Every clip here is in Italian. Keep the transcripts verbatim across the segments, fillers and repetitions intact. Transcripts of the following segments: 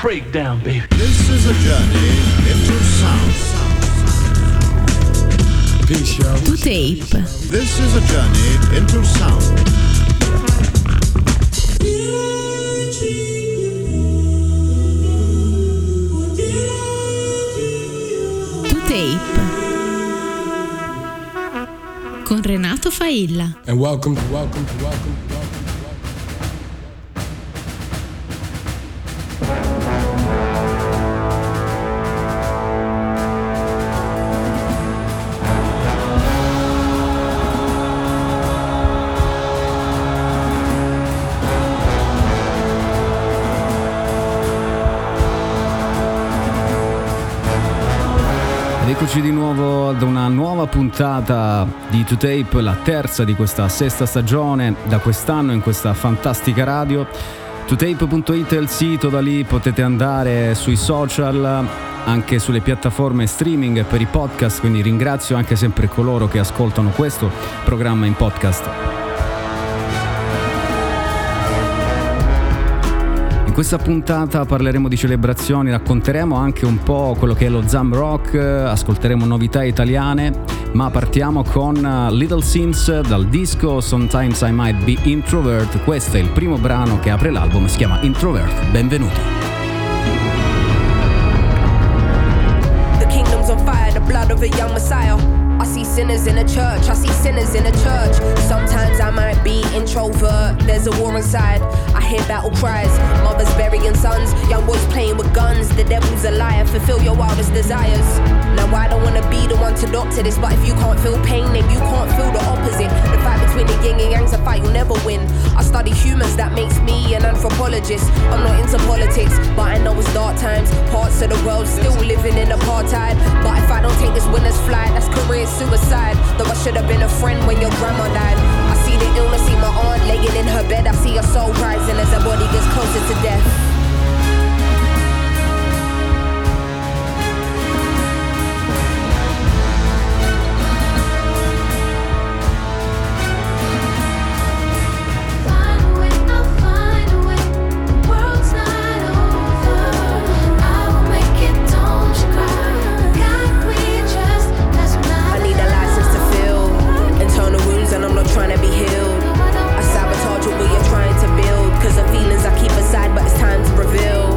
breakdown, baby. This is a journey into sound. Peace, yo. To Tape. This is a journey into sound. To Tape. Con Renato Failla. And welcome, welcome, welcome. Eccoci di nuovo ad una nuova puntata di To Tape, la terza di questa sesta stagione da quest'anno in questa fantastica radio. to tape punto it è il sito, da lì potete andare sui social, anche sulle piattaforme streaming per i podcast, quindi ringrazio anche sempre coloro che ascoltano questo programma in podcast. In questa puntata parleremo di celebrazioni, racconteremo anche un po' quello che è lo Zam Rock, ascolteremo novità italiane, ma partiamo con Little Sins dal disco Sometimes I Might Be Introvert. Questo è il primo brano che apre l'album, si chiama Introvert. Benvenuti. The kingdom's on fire, the blood of a young Messiah. I see sinners in a church, I see sinners in a church. Sometimes I might be introvert, there's a war inside. I hear battle cries, mothers burying sons, young boys playing with guns. The devil's a liar, fulfill your wildest desires. Now I don't wanna be the one to doctor this, but if you can't feel pain, then you can't feel the opposite. The fight between the yin and yang's a fight you'll never win. I study humans, that makes me an anthropologist. I'm not into politics, but I know it's dark times. Parts of the world still living in apartheid. But if I don't take this winner's flight, that's career suicide. Though I should have been a friend when your grandma died. I see the illness, see my aunt laying in her bed. I see her soul rising as her body gets closer to death. Trying to be healed, I sabotage what you're trying to build. Cause the feelings I keep aside, but it's time to reveal.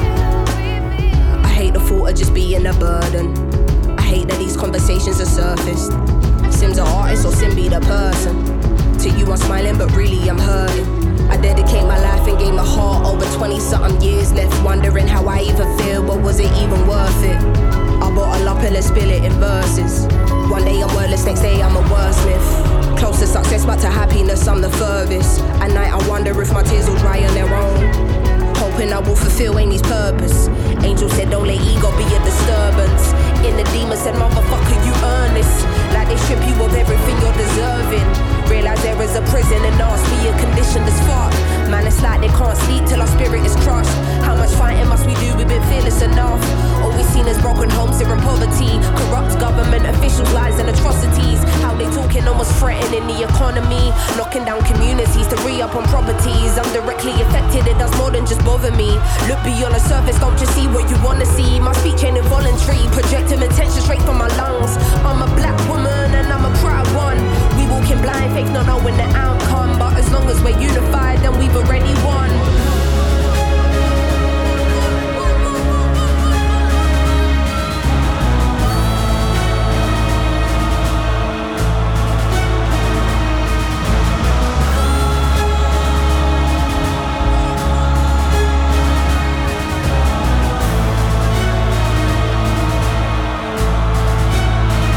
I hate the thought of just being a burden. I hate that these conversations are surfaced. Sim's an artist or Sim be the person. To you I'm smiling but really I'm hurting. I dedicate my life and gave my heart over twenty something years. Left wondering how I even feel, but was it even worth it? I bottle up and let's spill it in verses. One day I'm wordless, next day I'm a wordsmith. Close to success, but to happiness I'm the furthest. At night I wonder if my tears will dry on their own. Hoping I will fulfill Amy's purpose. Angel said don't let ego be a disturbance. In the demon said motherfucker you earn this. Like they strip you of everything you're deserving. Realize there is a prison and ask me a condition that's fucked. Man it's like they can't sleep till our spirit is crushed. How much fighting must we do, we've been fearless enough. All we've seen is broken homes here in poverty. Corrupt government officials, lies and atrocities. How they talking almost threatening the economy. Knocking down communities to re-up on properties. I'm directly affected, it does more than just bother me. Look beyond the surface, don't just see what you wanna see. My speech ain't involuntary, projecting attention straight from my lungs. I'm a black woman and I'm a proud one. We walking blind, faith not knowing the outcome. But as long as we're unified, then we've already won.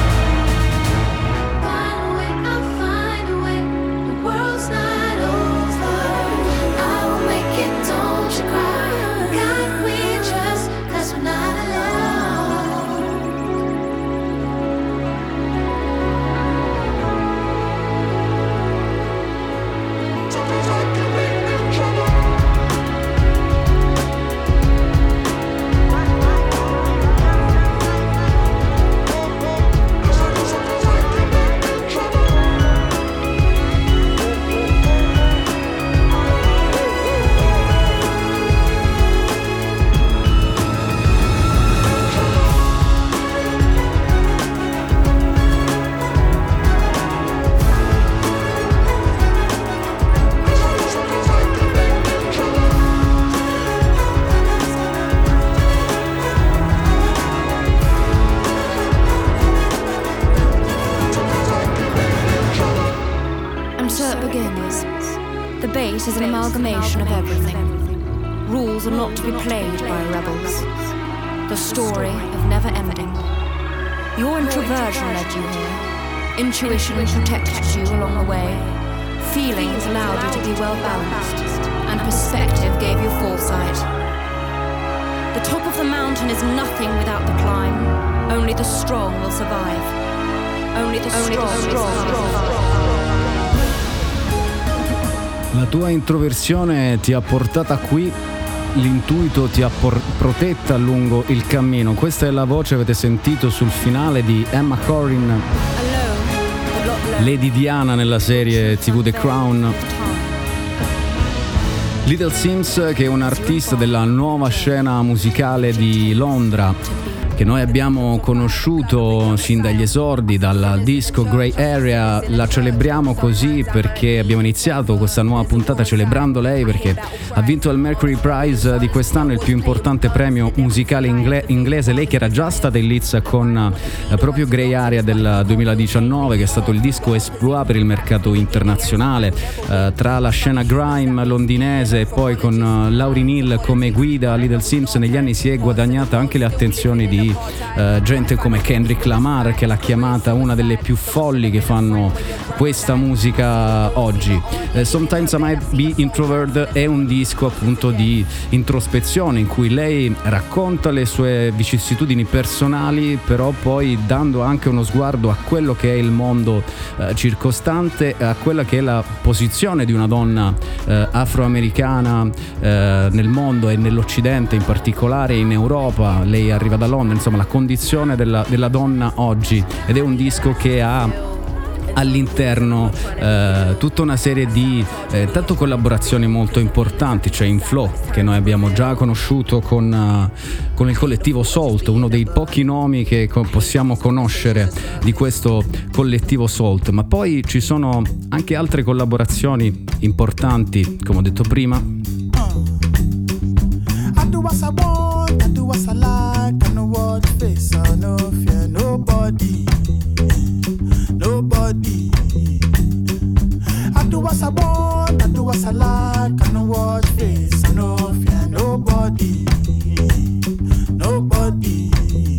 Find a way, I'll find a way. The world's not over. The bass is an amalgamation of everything. Rules are not to be played by rebels. The story of never ending. Your introversion led you here. Intuition protected you along the way. Feelings allowed you to be well balanced. And perspective gave you foresight. The top of the mountain is nothing without the climb. Only the strong will survive. Only the strong will survive. La tua introversione ti ha portata qui, l'intuito ti ha por- protetta lungo il cammino. Questa è la voce, avete sentito sul finale, di Emma Corrin, Lady Diana nella serie tivù The Crown. Little Sims, che è un artista della nuova scena musicale di Londra, che noi abbiamo conosciuto sin dagli esordi, dal disco Grey Area. La celebriamo così perché abbiamo iniziato questa nuova puntata celebrando lei, perché ha vinto il Mercury Prize di quest'anno, il più importante premio musicale ingle- inglese. Lei che era già stata in Leeds con eh, proprio Grey Area del duemiladiciannove, che è stato il disco esploit per il mercato internazionale, eh, tra la scena grime londinese e poi con uh, Lauryn Hill come guida. Little Sims negli anni si è guadagnata anche le attenzioni di Uh, gente come Kendrick Lamar, che l'ha chiamata una delle più folli che fanno questa musica oggi. uh, Sometimes I Might Be Introvert è un disco appunto di introspezione in cui lei racconta le sue vicissitudini personali, però poi dando anche uno sguardo a quello che è il mondo uh, circostante, a quella che è la posizione di una donna uh, afroamericana uh, nel mondo e nell'Occidente, in particolare in Europa. Lei arriva da Londra, insomma la condizione della, della donna oggi, ed è un disco che ha all'interno eh, tutta una serie di eh, tanto collaborazioni molto importanti. C'è Inflow, che noi abbiamo già conosciuto con, uh, con il collettivo Salt, uno dei pochi nomi che co- possiamo conoscere di questo collettivo Salt, ma poi ci sono anche altre collaborazioni importanti, come ho detto prima. I do what I want, I do what I like, I know what face, I no fear nobody, nobody. I do what I want, I do what I like, I know what face, I no fear nobody, nobody.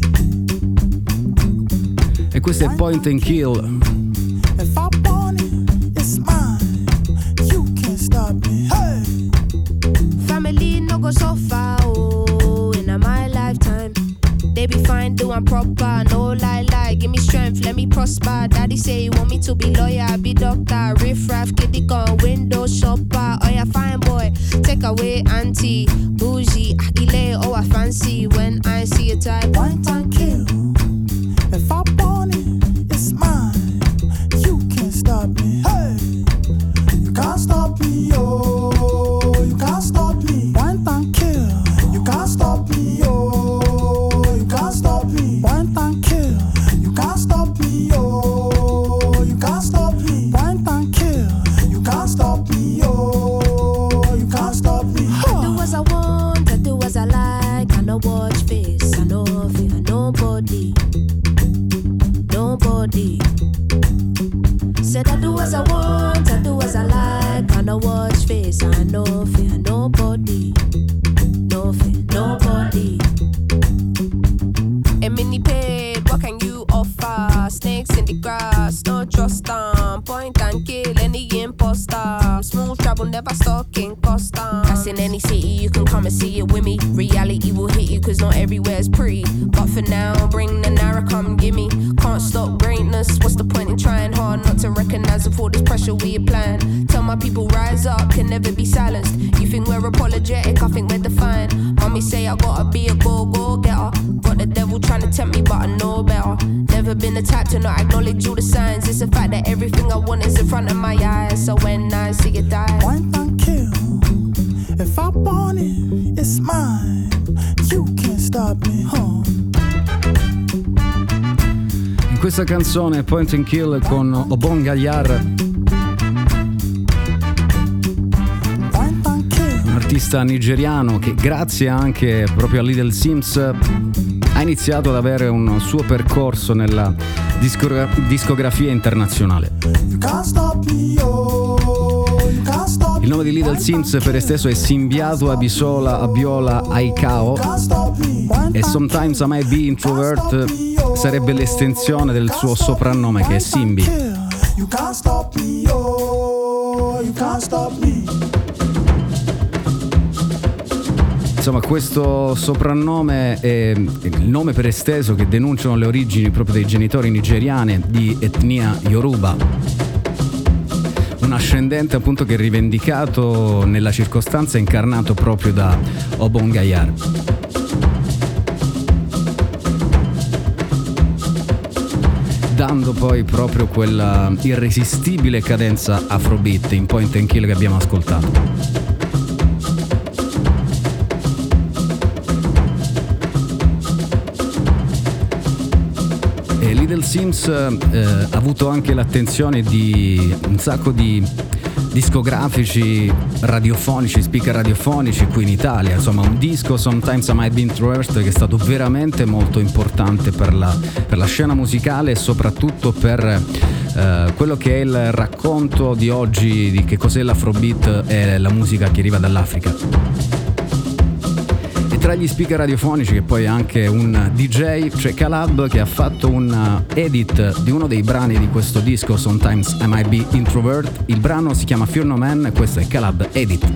E questo è Point and Kill. If I want it, it's mine, you can't stop me, hey. Family no go so far, oh, in my lifetime. They be fine, doing proper, no lie, lie. Give me strength, let me prosper. Daddy say you want me to be lawyer, be doctor. Riff raff, kitty gun, window shopper. Oh yeah, fine boy, take away auntie, bougie, akile, oh I fancy. When I see a type, Point and kill. If I want it, it's mine. You can't stop me, hey. You can't stop me, oh. You can't stop me. Point and kill. You can't stop me, oh. You can't stop me. Point and kill. You can't stop me, oh. You can't stop me. Point and kill. You can't stop me, oh. You can't stop me. I do as I want, I do as I like. I know watch face, I know fear nobody, nobody. Said I do as I want, I do as I like. I know watch face, I know fear nobody, no fear nobody. A mini paid, what can you offer? Snakes in the grass, no trust them. Point and kill any imposter. Smooth travel, never stalking Costa. That's in any city, you can come and see it with me. Reality will hit you, cause not everywhere's pretty. But for now, bring the narrow, come gimme. Can't stop greatness, what's the point in trying hard not to recognize with all this pressure we applying? Tell my people rise up, can never be silenced. You think we're apologetic, I think we're defiant. Mommy say I gotta be a go-go-getter. Got the devil trying to tempt me, but I know better. Never been the type to not acknowledge all the signs. It's the fact that everything I want is in front of my eyes. So when I see it die, Point and kill. If I want it, it's mine. You can't stop me, huh? In questa canzone Point and Kill con Obon Gaillard, un artista nigeriano che grazie anche proprio a Little Sims ha iniziato ad avere un suo percorso nella discogra- discografia internazionale. You can't stop me, oh. You can't stop me. Il nome di Little Sims per esteso è Simbiato Abisola Abiola Aikao e Sometimes I Might Be Introvert sarebbe l'estensione del suo soprannome che è Simbi. You can't stop me, oh, you can't stop me. Insomma, questo soprannome è il nome per esteso che denunciano le origini proprio dei genitori nigeriani di etnia Yoruba. Un ascendente appunto che è rivendicato nella circostanza incarnato proprio da Obon Gayar. Dando poi proprio quella irresistibile cadenza afrobeat in Point and Kill che abbiamo ascoltato. Little Sims eh, ha avuto anche l'attenzione di un sacco di discografici radiofonici, speaker radiofonici qui in Italia. Insomma, un disco, Sometimes I Might Be Introvert, che è stato veramente molto importante per la, per la scena musicale e soprattutto per eh, quello che è il racconto di oggi di che cos'è l'afrobeat e la musica che arriva dall'Africa. Tra gli speaker radiofonici, che poi è anche un D J, c'è Calab che ha fatto un edit di uno dei brani di questo disco, Sometimes I Might Be Introvert. Il brano si chiama Fear No Man e questo è Calab Edit.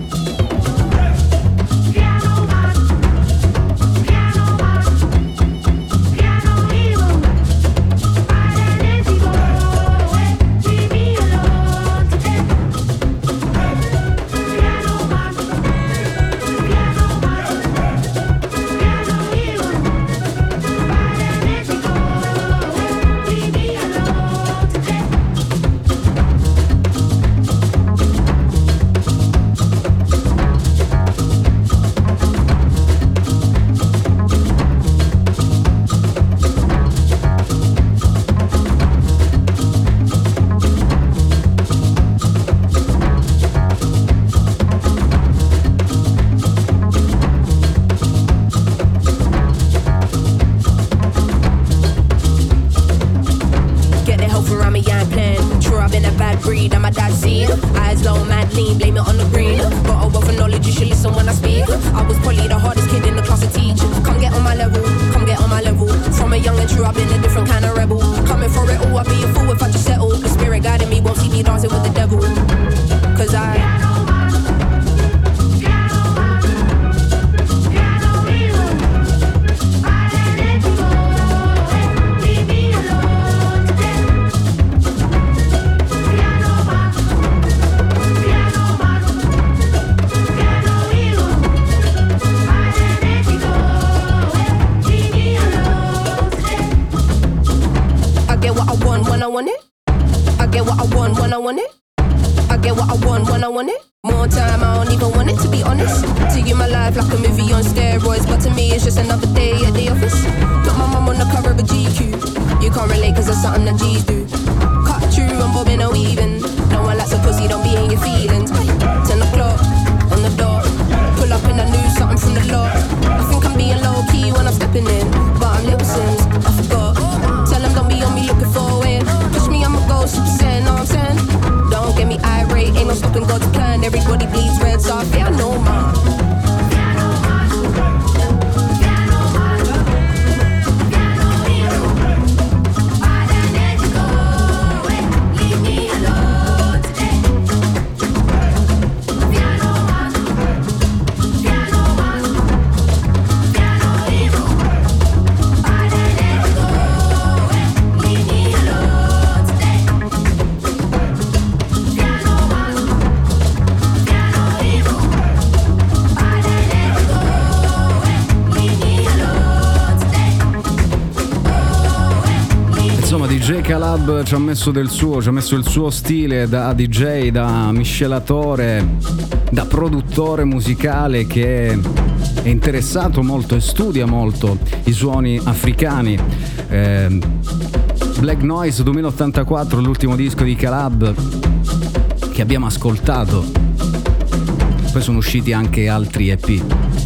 Calab ci ha messo del suo, ci ha messo il suo stile da D J, da miscelatore, da produttore musicale che è interessato molto e studia molto i suoni africani. Eh, Black Noise duemilaottantaquattro, l'ultimo disco di Calab che abbiamo ascoltato. Poi sono usciti anche altri E P.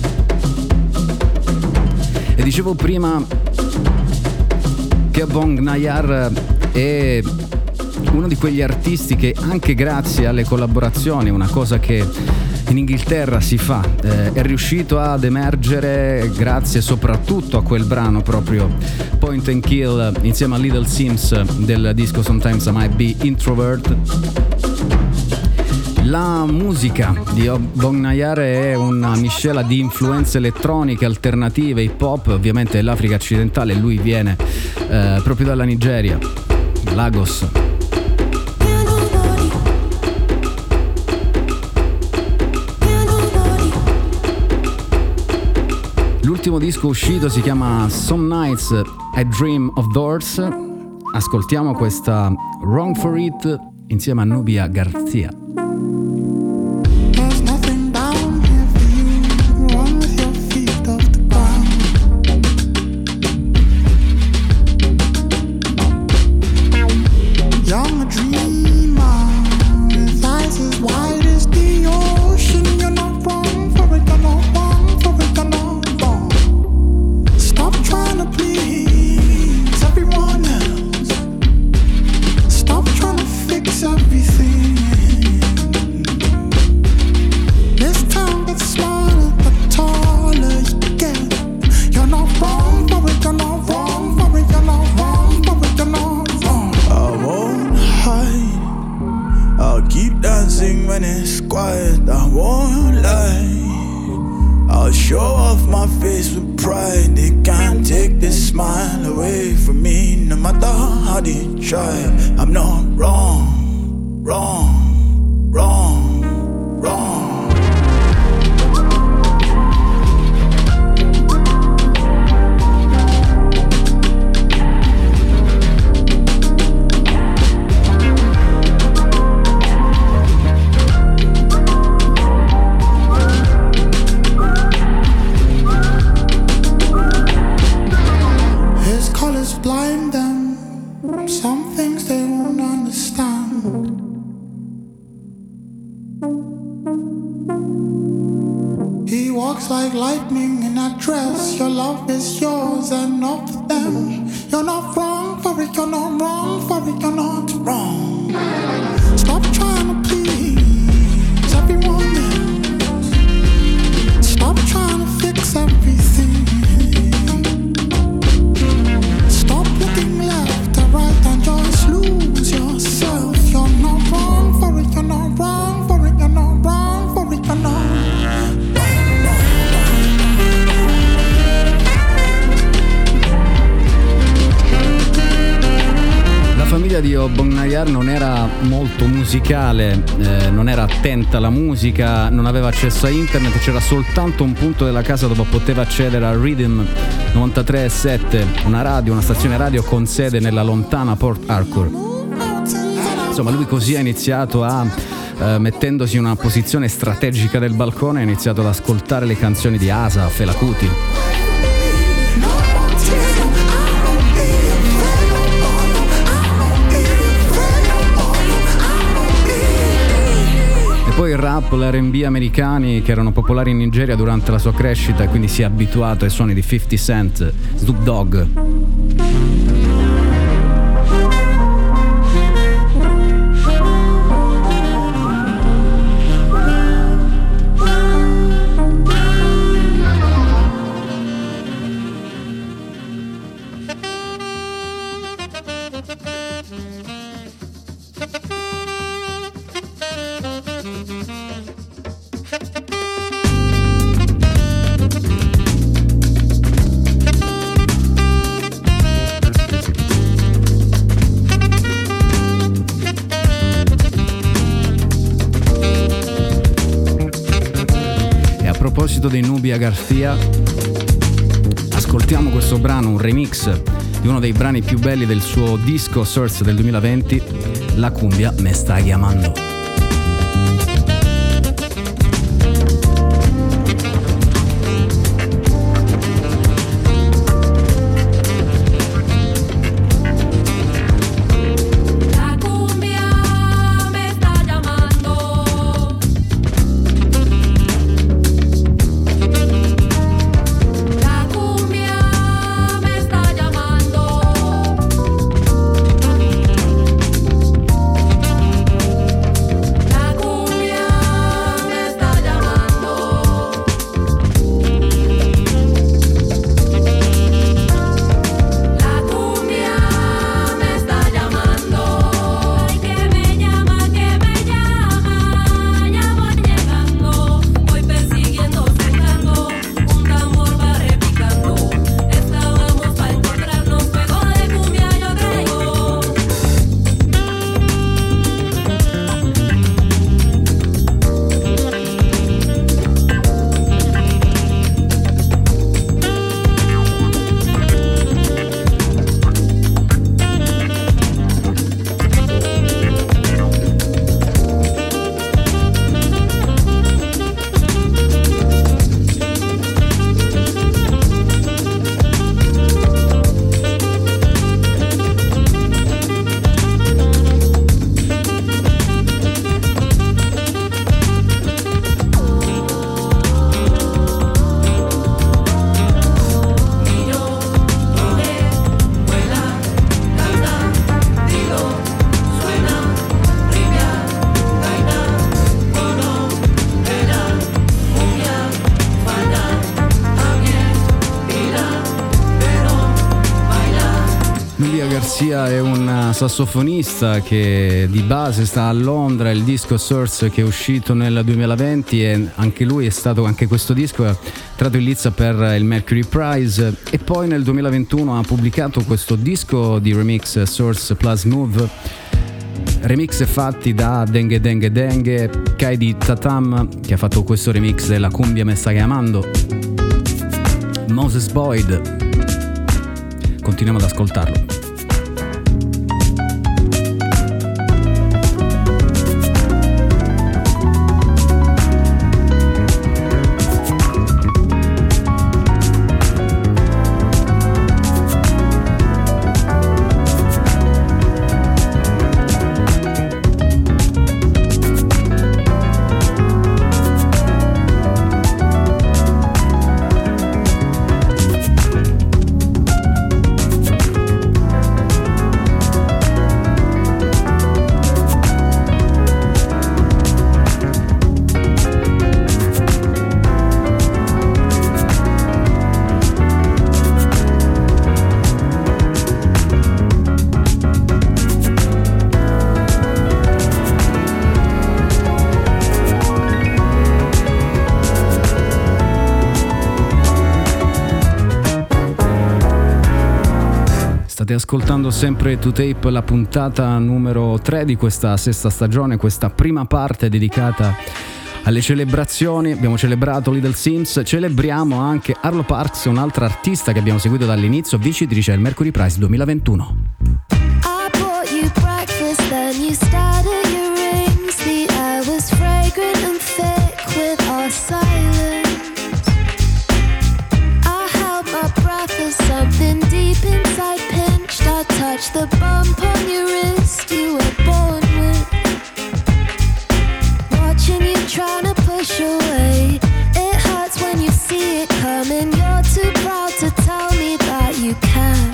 E dicevo prima che Obon Gayar è uno di quegli artisti che anche grazie alle collaborazioni, una cosa che in Inghilterra si fa, eh, è riuscito ad emergere grazie soprattutto a quel brano proprio Point and Kill insieme a Little Sims del disco Sometimes I Might Be Introvert. La musica di Bognayar è una miscela di influenze elettroniche, alternative, hip hop, ovviamente dell'Africa occidentale, lui viene eh, proprio dalla Nigeria, Lagos. L'ultimo disco uscito si chiama Some Nights I Dream of Doors. Ascoltiamo questa Wrong for It insieme a Nubia Garcia. There's nothing down here for you. Run with your feet off the ground. Young a dreamer with eyes as wide as the ocean. You're not wrong for it, you're not wrong for it, you're not wrong. Stop trying to please everyone else. Stop trying to fix everything. This town gets smaller, the taller you get. You're not wrong for it, you're not wrong for it, you're not wrong for it, you're not wrong. I won't hide, I'll keep dancing when it's quiet, I won't lie. I'll show off my face with pride. They can't take this smile away from me. No matter how they try, I'm not wrong, wrong, wrong, wrong. His colors blind them. Some things they won't understand. He walks like lightning in a dress. Your love is yours and not for them. You're not wrong for it, you're not wrong for it, you're not wrong. Stop trying to please everyone else. Stop trying to fix everything. Stop looking left or right and just lose yourself. You're not wrong for it, you're not wrong for it, you're not wrong for it, you're not. La famiglia di Bognayar non era molto musicale, eh, non era attenta alla musica, non aveva accesso a internet, c'era soltanto un punto della casa dove poteva accedere a Rhythm novantatré virgola sette, una radio, una stazione radio con sede nella lontana Port Harcourt. Insomma, lui così ha iniziato a, eh, mettendosi in una posizione strategica del balcone, ha iniziato ad ascoltare le canzoni di Asa, Fela Kuti. Poi il rap, l'R and B americani che erano popolari in Nigeria durante la sua crescita e quindi si è abituato ai suoni di fifty Cent, Snoop Dogg. A proposito di Nubia Garcia, ascoltiamo questo brano, un remix di uno dei brani più belli del suo disco Source del duemilaventi, La cumbia me sta chiamando. Garcia è un sassofonista che di base sta a Londra. Il disco Source, che è uscito nel duemilaventi, e anche lui è stato, anche questo disco è tratto in lizza per il Mercury Prize, e poi nel duemilaventuno ha pubblicato questo disco di remix, Source Plus Move, remix fatti da Dengue Dengue Dengue, Kaidi Tatam, che ha fatto questo remix della Cumbia Me Sta Chiamando, Moses Boyd. Continuiamo ad ascoltarlo. State ascoltando sempre To Tape, la puntata numero tre di questa sesta stagione, questa prima parte dedicata alle celebrazioni. Abbiamo celebrato Little Sims, celebriamo anche Arlo Parks, un'altra artista che abbiamo seguito dall'inizio, vincitrice del Mercury Prize duemilaventuno. I bought you breakfast, then you started your rings. The air was fragrant and thick with our silence. I held my breath as something deep inside pinched. I touched the bump on your wrist you were born with. Watching you trying to push away, it hurts when you see it coming. You're too proud to tell me that you can.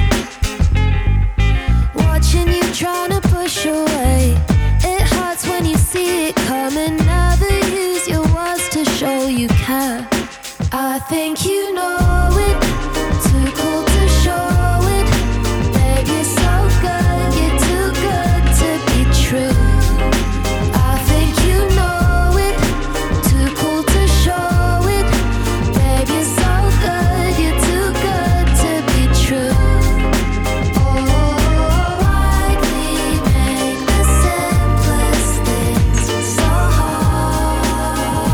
Watching you trying to push away, it hurts when you see it coming. Never use your words to show you care. I think you know it, too cool to show it. Babe, you're so good, you're too good to be true. I think you know it, too cool to show it. Babe, you're so good, you're too good to be true. Oh, why we make the simplest things so hard?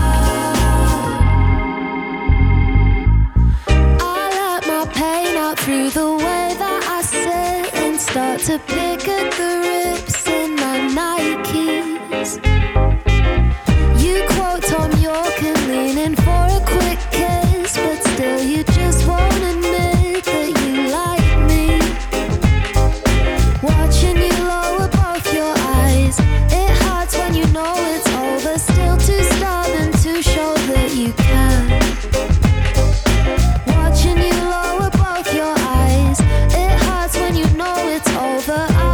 I let my pain out through the way that I sit and start to pick at the rips in my Nikes. You quote Tom York and lean in for a quick kiss, but still you just won't admit that you like me. Watching you lower both your eyes, it hurts when you know it's over. Still too stubborn to show that you can. Watching you lower both your eyes, it hurts when you know it's over.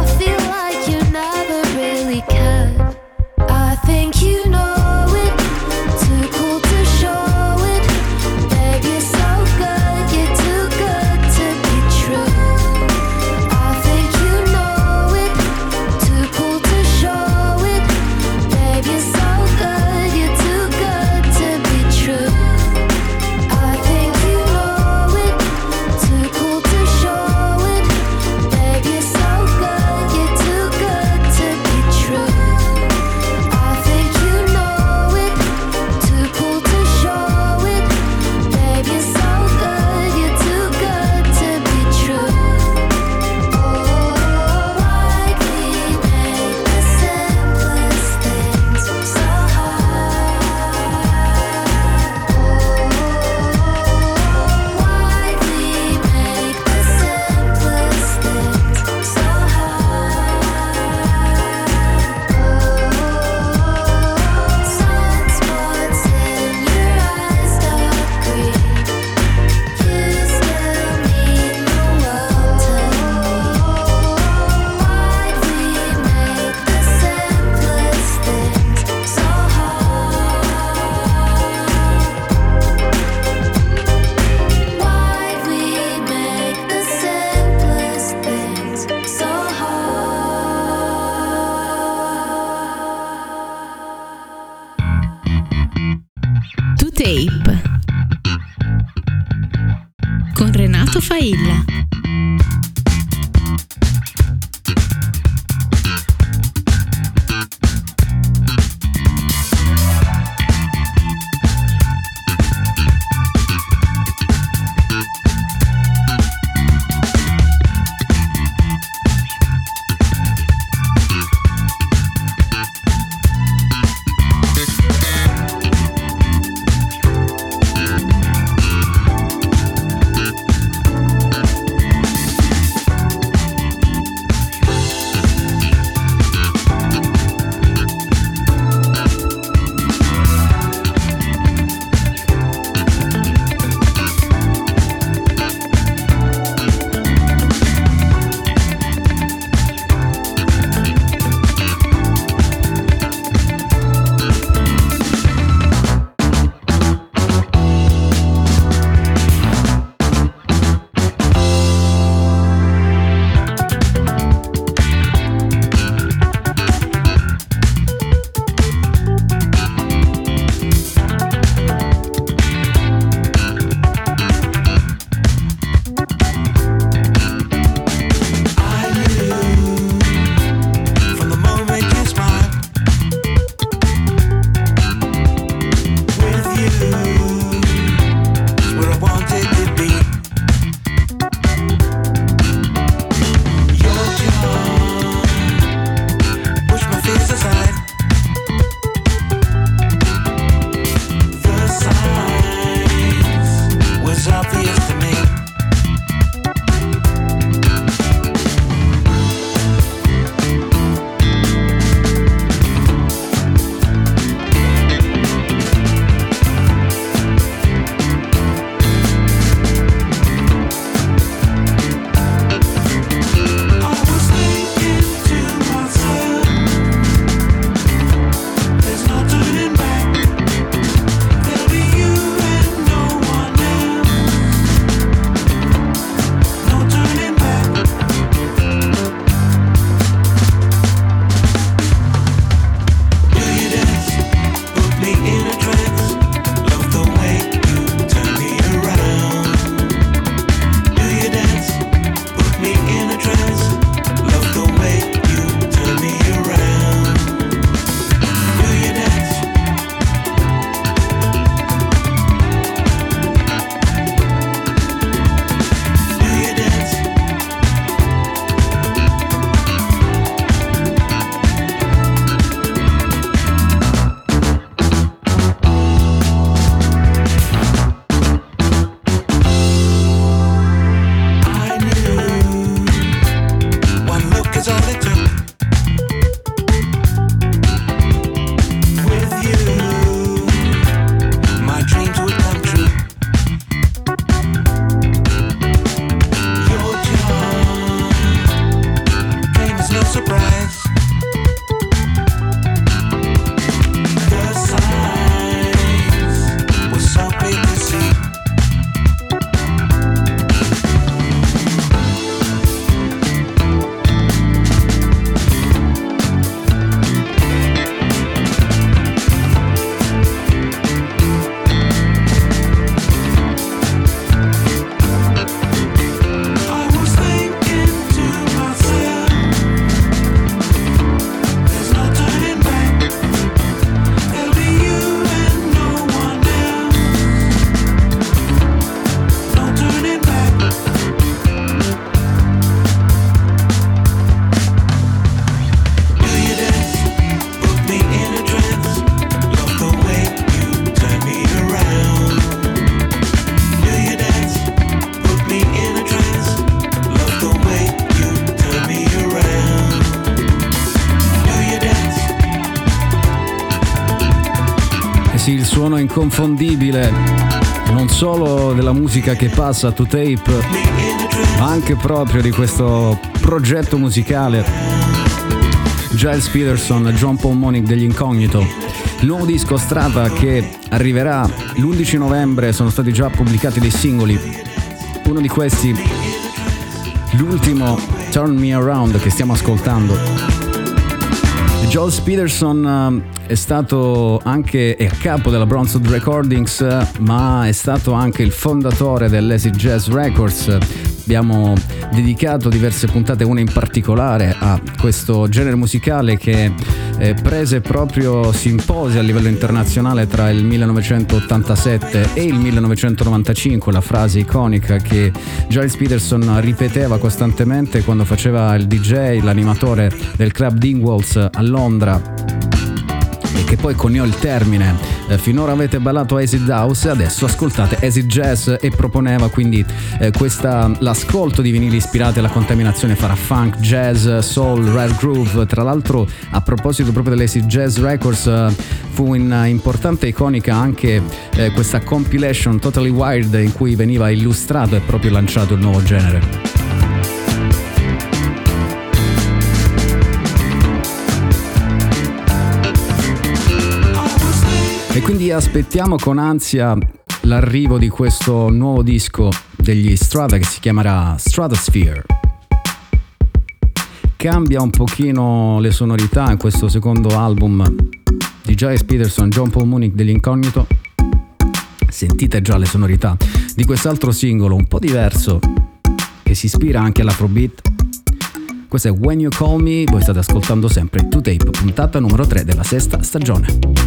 Tape con Renato Failla. Sì, il suono inconfondibile non solo della musica che passa to tape, ma anche proprio di questo progetto musicale. Giles Peterson, John Paul Monick degli Incognito. Il nuovo disco Strata che arriverà l'undici novembre, sono stati già pubblicati dei singoli. Uno di questi, l'ultimo, Turn Me Around, che stiamo ascoltando. Gilles Peterson è stato anche è a capo della Bronzewood Recordings, ma è stato anche il fondatore dell'Acid Jazz Records. Abbiamo dedicato diverse puntate, una in particolare a questo genere musicale che eh, prese proprio si impose a livello internazionale tra il millenovecentottantasette e il millenovecentonovantacinque, la frase iconica che Gilles Peterson ripeteva costantemente quando faceva il D J, l'animatore del club Dingwalls a Londra, e che poi coniò il termine eh, finora avete ballato acid house, adesso ascoltate acid jazz, e proponeva quindi eh, questa, l'ascolto di vinili ispirati alla contaminazione fra funk, jazz, soul, rare groove. Tra l'altro, a proposito proprio dell'Acid Jazz Records, eh, fu in, importante e iconica anche eh, questa compilation Totally Wired in cui veniva illustrato e proprio lanciato il nuovo genere. E quindi aspettiamo con ansia l'arrivo di questo nuovo disco degli Strata che si chiamerà Stratosphere. Cambia un pochino le sonorità in questo secondo album di Gilles Peterson, John Paul Munich degli Incognito. Sentite già le sonorità di quest'altro singolo un po' diverso che si ispira anche all'Afrobeat. Questo è When You Call Me, voi state ascoltando sempre To Tape, puntata numero tre della sesta stagione.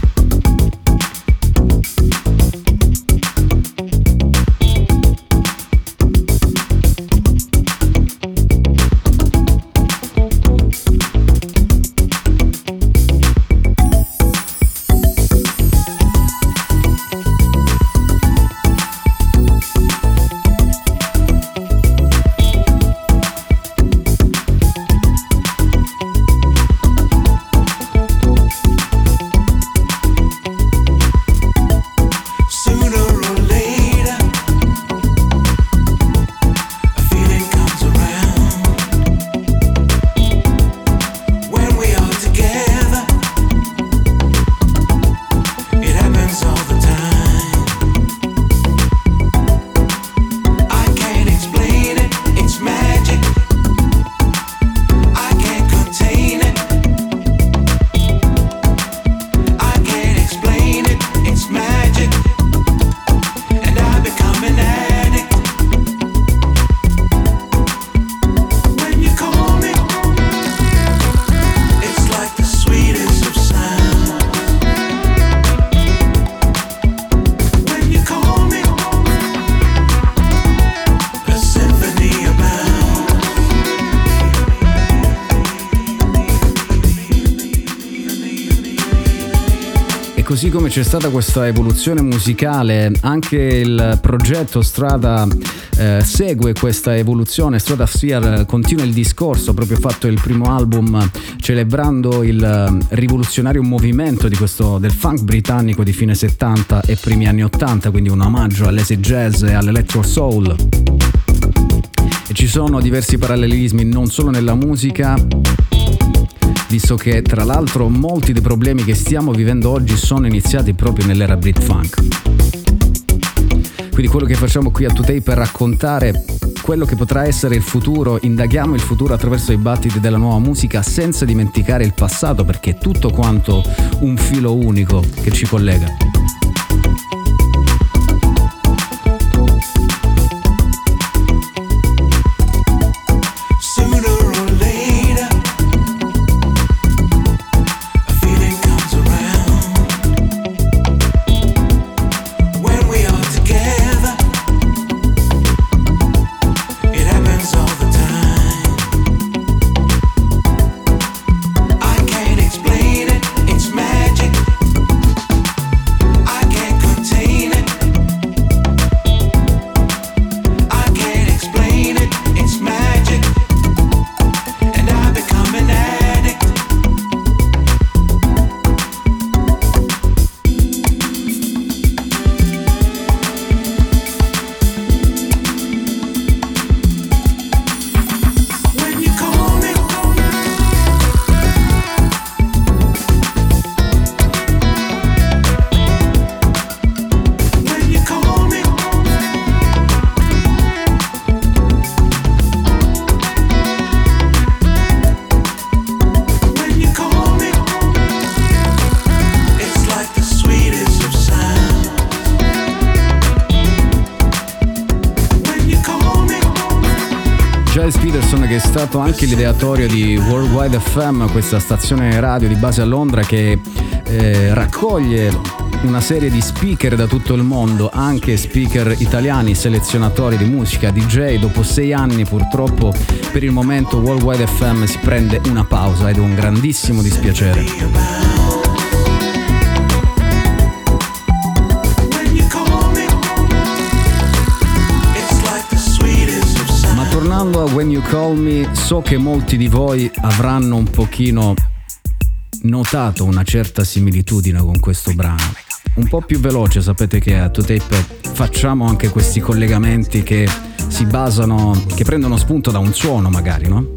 Così come c'è stata questa evoluzione musicale, anche il progetto Strata eh, segue questa evoluzione. Stratosphere continua il discorso proprio fatto il primo album, celebrando il rivoluzionario movimento di questo, del funk britannico di fine settanta e primi anni ottanta, quindi un omaggio all'acid jazz e all'electro soul. E ci sono diversi parallelismi non solo nella musica, visto che tra l'altro molti dei problemi che stiamo vivendo oggi sono iniziati proprio nell'era Brit Funk. Quindi quello che facciamo qui a To Tape è raccontare quello che potrà essere il futuro, indaghiamo il futuro attraverso i battiti della nuova musica senza dimenticare il passato, perché è tutto quanto un filo unico che ci collega. I can't explain it, it's magic. Gilles Peterson, che è stato anche l'ideatorio di Worldwide F M, questa stazione radio di base a Londra che eh, raccoglie una serie di speaker da tutto il mondo, anche speaker italiani, selezionatori di musica, D J. Dopo sei anni purtroppo per il momento Worldwide F M si prende una pausa ed è un grandissimo dispiacere. Tornando a When You Call Me, so che molti di voi avranno un pochino notato una certa similitudine con questo brano. Un po' più veloce, sapete che a To Tape facciamo anche questi collegamenti che si basano, che prendono spunto da un suono magari, no?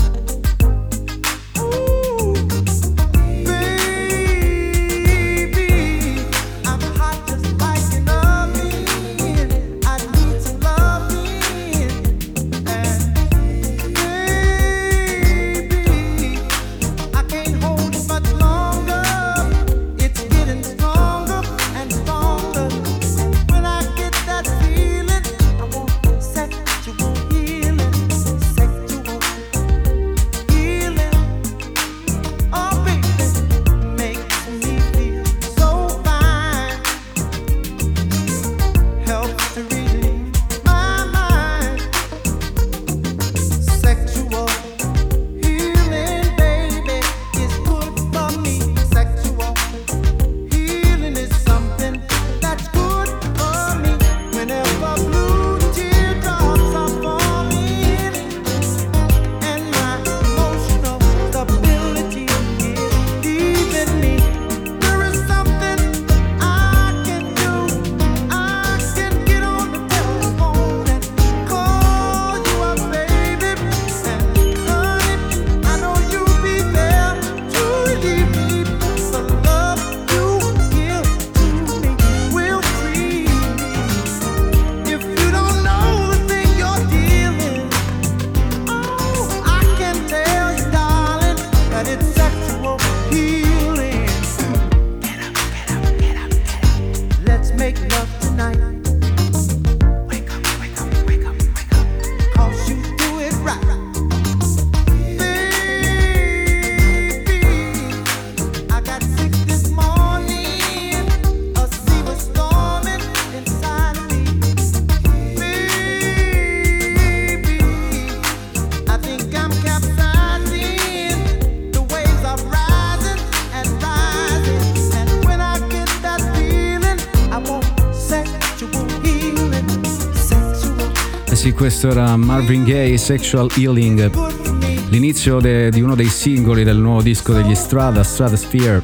Questo era Marvin Gaye, Sexual Healing, l'inizio de, di uno dei singoli del nuovo disco degli Strata, Stratosphere.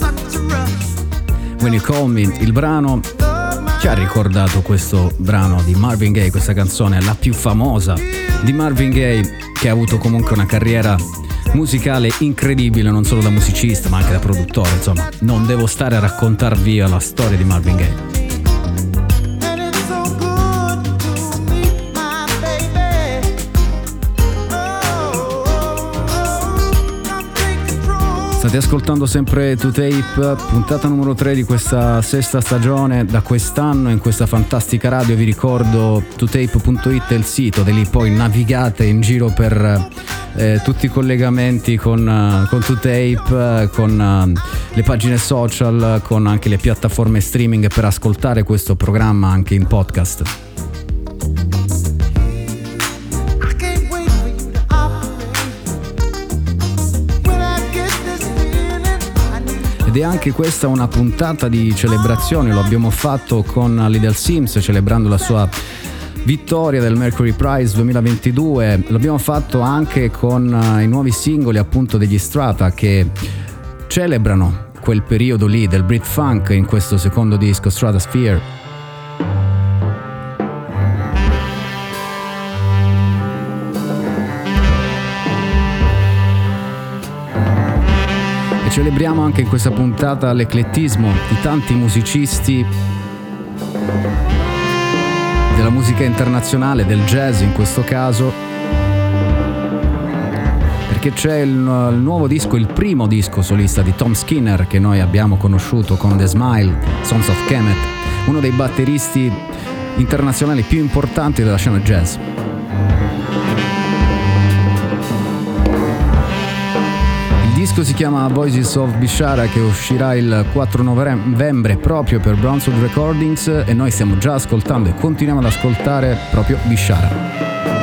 When You Call Me, il brano ci ha ricordato questo brano di Marvin Gaye, questa canzone, la più famosa di Marvin Gaye, che ha avuto comunque una carriera musicale incredibile, non solo da musicista ma anche da produttore. Insomma, non devo stare a raccontarvi la storia di Marvin Gaye. State ascoltando sempre To Tape, puntata numero tre di questa sesta stagione da quest'anno in questa fantastica radio. Vi ricordo to tape punto it è il sito, da lì poi navigate in giro per eh, tutti i collegamenti con, uh, con To Tape, uh, con uh, le pagine social, con anche le piattaforme streaming per ascoltare questo programma anche in podcast. Ed è anche questa una puntata di celebrazione, lo abbiamo fatto con Little Sims celebrando la sua vittoria del Mercury Prize duemilaventidue, l'abbiamo fatto anche con i nuovi singoli appunto degli Strata che celebrano quel periodo lì del Brit Funk in questo secondo disco Stratosphere. Celebriamo anche in questa puntata l'eclettismo di tanti musicisti della musica internazionale, del jazz in questo caso, perché c'è il, il nuovo disco, il primo disco solista di Tom Skinner che noi abbiamo conosciuto con The Smile, Sons of Kemet, uno dei batteristi internazionali più importanti della scena jazz. disco si chiama Voices of Bishara, che uscirà il quattro novembre proprio per Brownswood Recordings, e noi stiamo già ascoltando e continuiamo ad ascoltare proprio Bishara.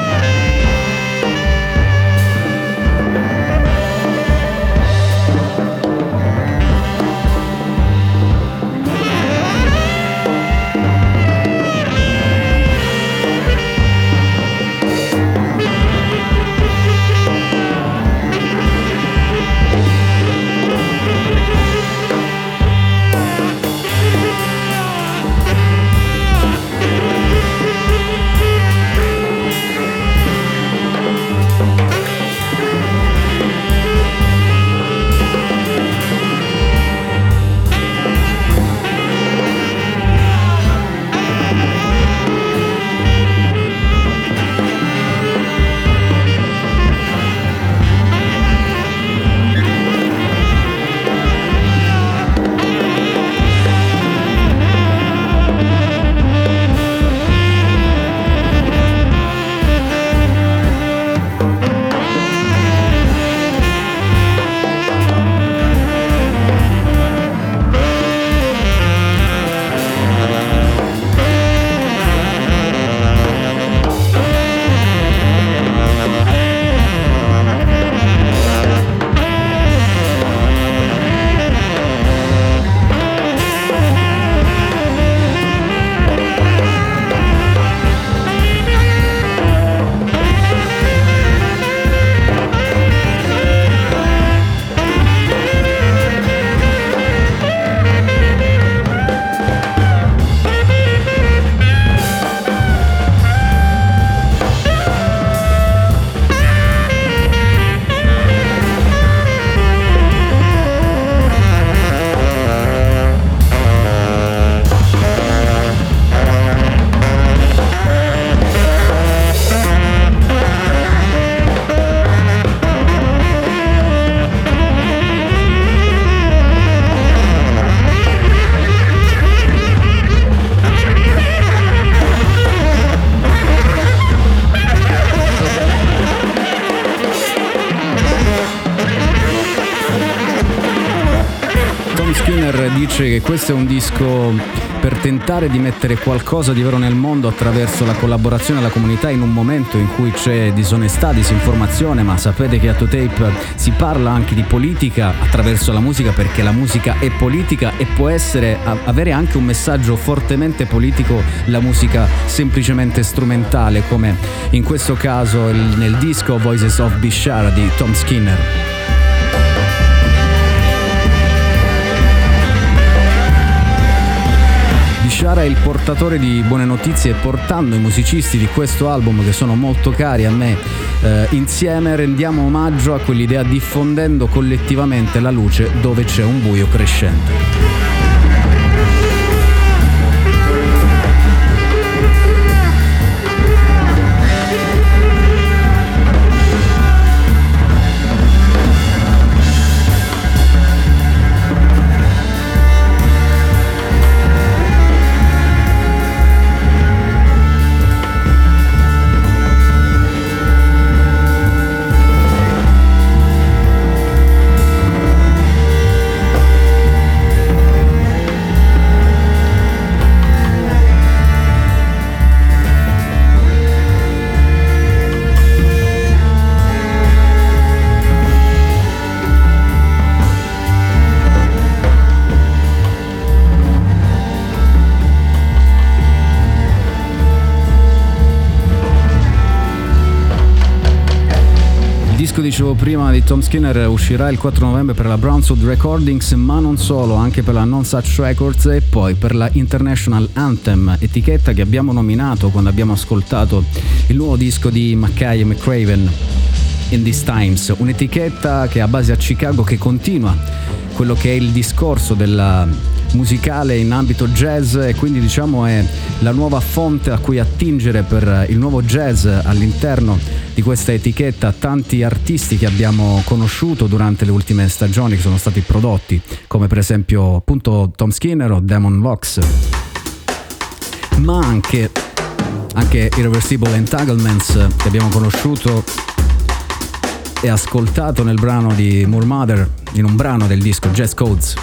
Dice che questo è un disco per tentare di mettere qualcosa di vero nel mondo attraverso la collaborazione alla comunità in un momento in cui c'è disonestà, disinformazione, ma sapete che a To Tape si parla anche di politica attraverso la musica, perché la musica è politica e può essere avere anche un messaggio fortemente politico la musica semplicemente strumentale, come in questo caso nel disco Voices of Bishara di Tom Skinner. Bishara è il portatore di buone notizie, portando i musicisti di questo album, che sono molto cari a me, eh, insieme rendiamo omaggio a quell'idea, diffondendo collettivamente la luce dove c'è un buio crescente. Dicevo prima di Tom Skinner uscirà il quattro novembre per la Brownswood Recordings, ma non solo, anche per la Non Such Records e poi per la International Anthem, etichetta che abbiamo nominato quando abbiamo ascoltato il nuovo disco di Mackay e McCraven, In These Times, un'etichetta che ha base a Chicago, che continua quello che è il discorso della musicale in ambito jazz, e quindi diciamo è la nuova fonte a cui attingere per il nuovo jazz all'interno di questa etichetta. Tanti artisti che abbiamo conosciuto durante le ultime stagioni che sono stati prodotti, come per esempio appunto Tom Skinner o Damon Vox, ma anche anche Irreversible Entanglements, che abbiamo conosciuto e ascoltato nel brano di Moor Mother, in un brano del disco Jazz Codes.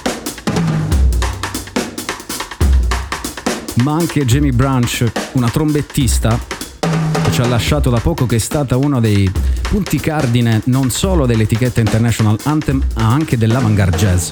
Ma anche Jamie Branch, una trombettista che ci ha lasciato da poco, che è stata uno dei punti cardine non solo dell'etichetta International Anthem, ma anche dell'avantgarde jazz.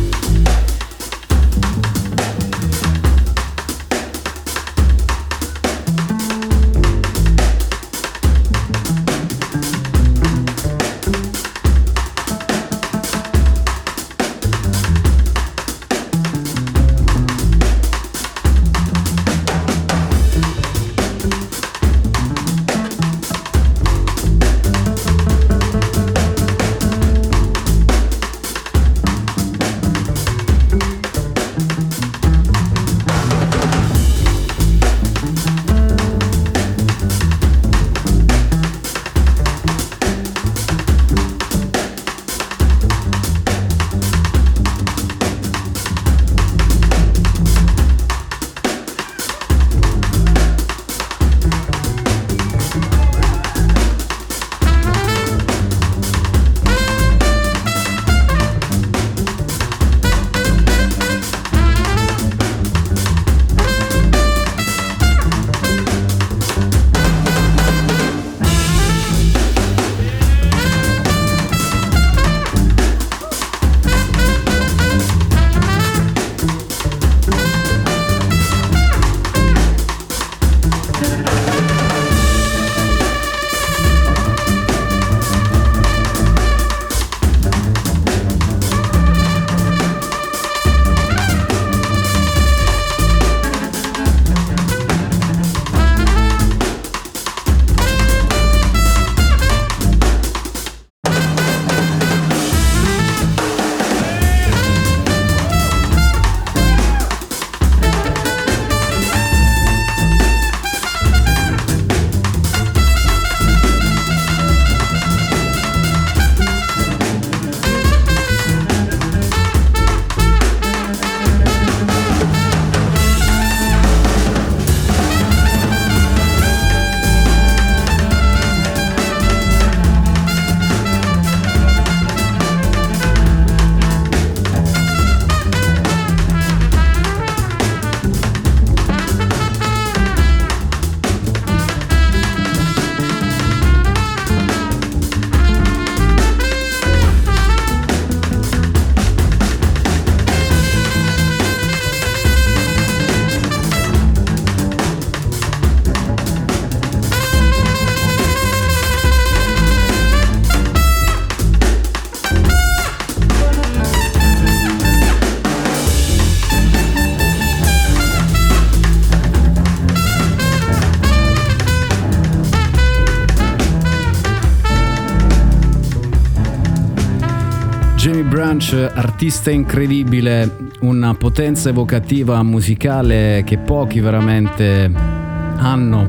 Jamie Branch, artista incredibile, una potenza evocativa musicale che pochi veramente hanno.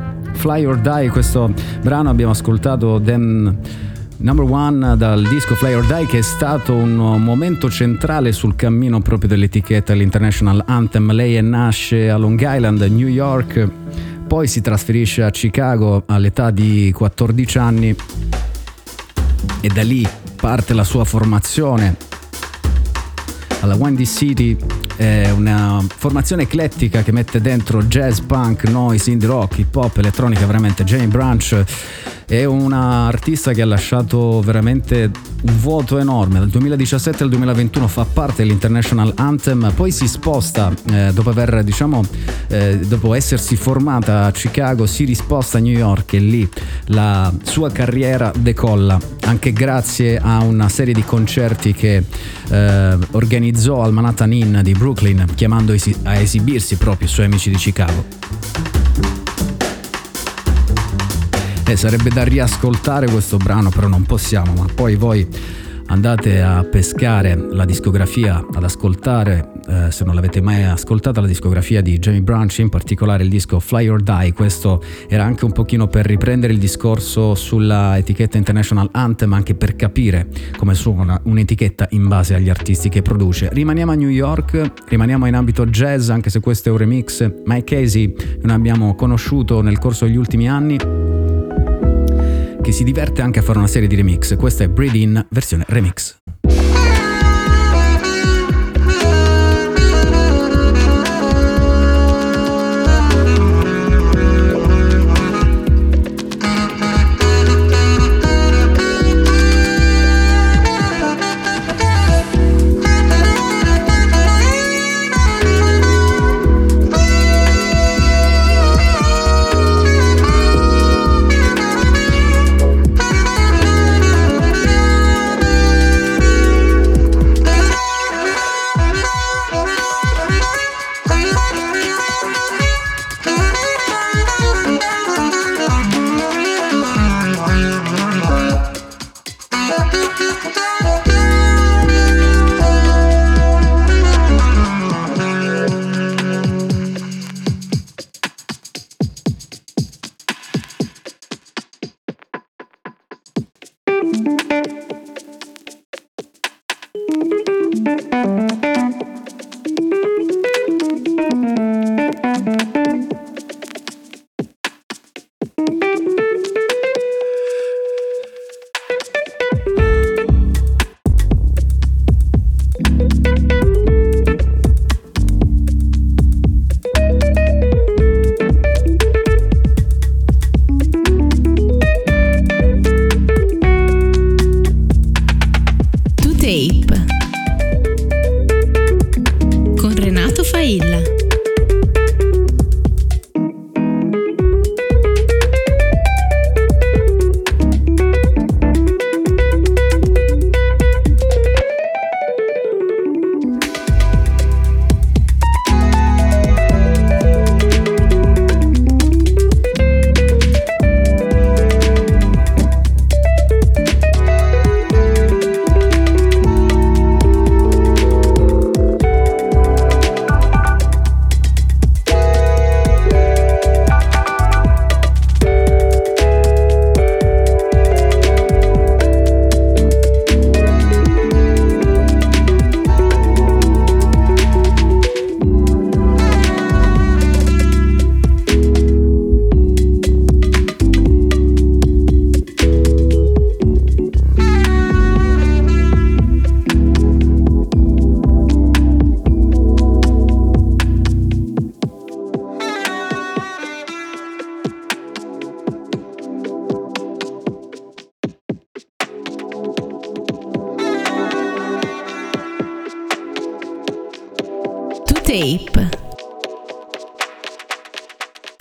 Fly or Die, questo brano abbiamo ascoltato Them Number One dal disco Fly or Die, che è stato un momento centrale sul cammino proprio dell'etichetta, l'International Anthem. Lei nasce a Long Island, New York, poi si trasferisce a Chicago all'età di quattordici anni e da lì parte la sua formazione alla Windy City. È una formazione eclettica che mette dentro jazz, punk, noise, indie rock, hip hop, elettronica. Veramente Jamie Branch è una artista che ha lasciato veramente un vuoto enorme. Dal duemiladiciassette al duemilaventuno fa parte dell'International Anthem, poi si sposta eh, dopo aver diciamo eh, dopo essersi formata a Chicago, si risposta a New York e lì la sua carriera decolla, anche grazie a una serie di concerti che eh, organizzò al Manhattan Inn di Brooklyn, chiamando a esibirsi proprio i suoi amici di Chicago. Eh, sarebbe da riascoltare questo brano, però non possiamo, ma poi voi andate a pescare la discografia, ad ascoltare, eh, se non l'avete mai ascoltata, la discografia di Jamie Branch, in particolare il disco Fly or Die. Questo era anche un pochino per riprendere il discorso sulla etichetta International Anthem, anche per capire come suona un'etichetta in base agli artisti che produce. Rimaniamo a New York, rimaniamo in ambito jazz, anche se questo è un remix. Mike Casey noi abbiamo conosciuto nel corso degli ultimi anni, che si diverte anche a fare una serie di remix. Questa è Breathe In versione remix.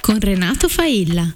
con Renato Failla.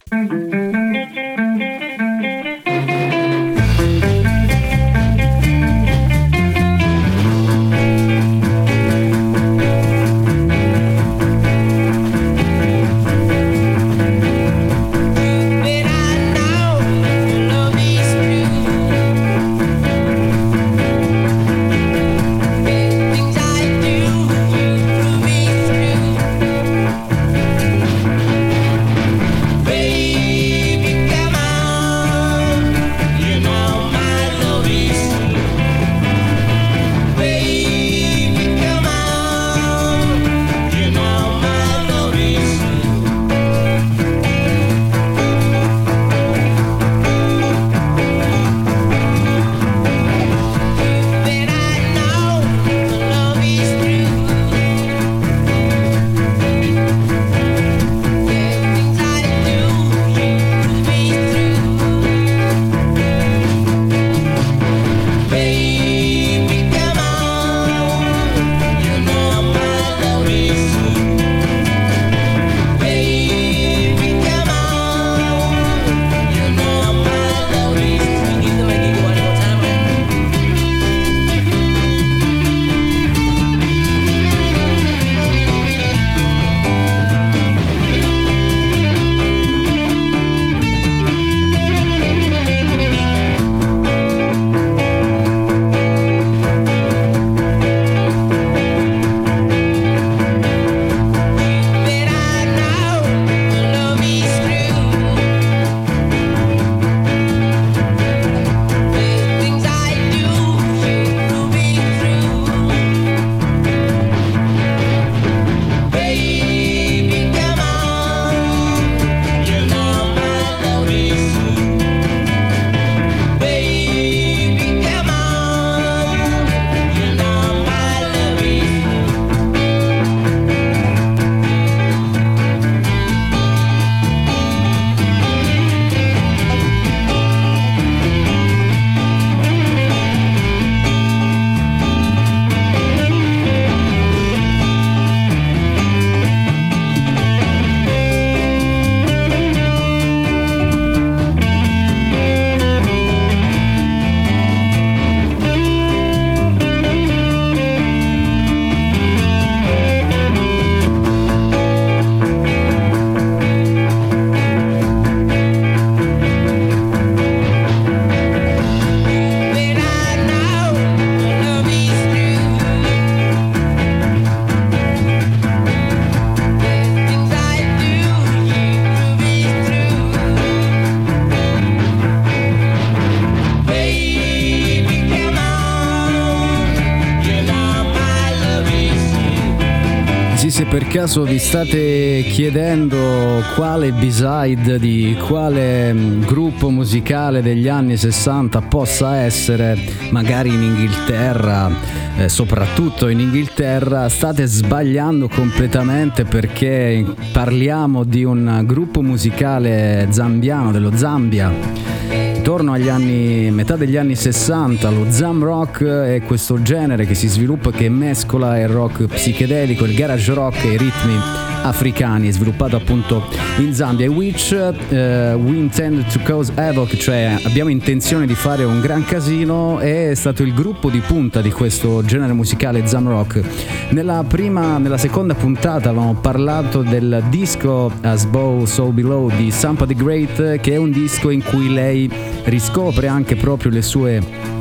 Se per caso vi state chiedendo quale B-side di quale gruppo musicale degli anni sessanta possa essere, magari in Inghilterra, eh, soprattutto in Inghilterra, state sbagliando completamente, perché parliamo di un gruppo musicale zambiano, dello Zambia. Intorno agli anni, metà degli anni sessanta, lo Zam Rock è questo genere che si sviluppa, che mescola il rock psichedelico, il garage rock e i ritmi africani, sviluppato appunto in Zambia. I Witch, uh, We Intend to Cause Havoc, cioè abbiamo intenzione di fare un gran casino, è stato il gruppo di punta di questo genere musicale Zam Rock. Nella prima, nella seconda puntata avevamo parlato del disco As Above So Below di Sampa the Great, che è un disco in cui lei riscopre anche proprio le sue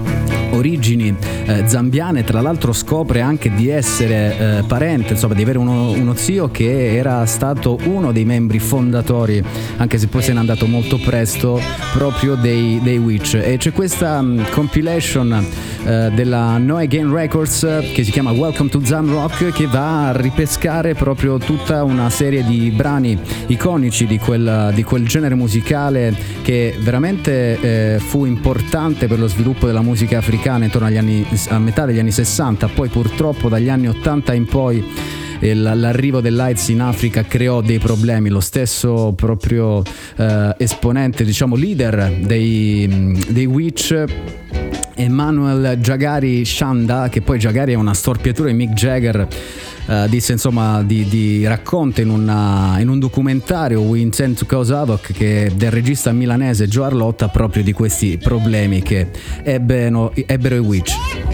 origini eh, zambiane. Tra l'altro scopre anche di essere eh, parente, insomma di avere uno, uno zio che era stato uno dei membri fondatori, anche se poi se n'è andato molto presto, proprio dei, dei Witch. E c'è questa um, compilation eh, della No Again Records eh, che si chiama Welcome to Zam Rock, che va a ripescare proprio tutta una serie di brani iconici di quel, di quel genere musicale, che veramente eh, fu importante per lo sviluppo della musica africana intorno agli anni, a metà degli anni sessanta. Poi purtroppo dagli anni ottanta in poi l'arrivo dell'AIDS in Africa creò dei problemi. Lo stesso proprio eh, esponente, diciamo leader dei, dei Witch, Emmanuel Jagari Shanda, che poi Jagari è una storpiatura di Mick Jagger, uh, disse insomma di, di racconta in, una, in un documentario We Intend to Cause Havoc, che del regista milanese Joe Arlotta, proprio di questi problemi che ebbero, ebbero i Witch.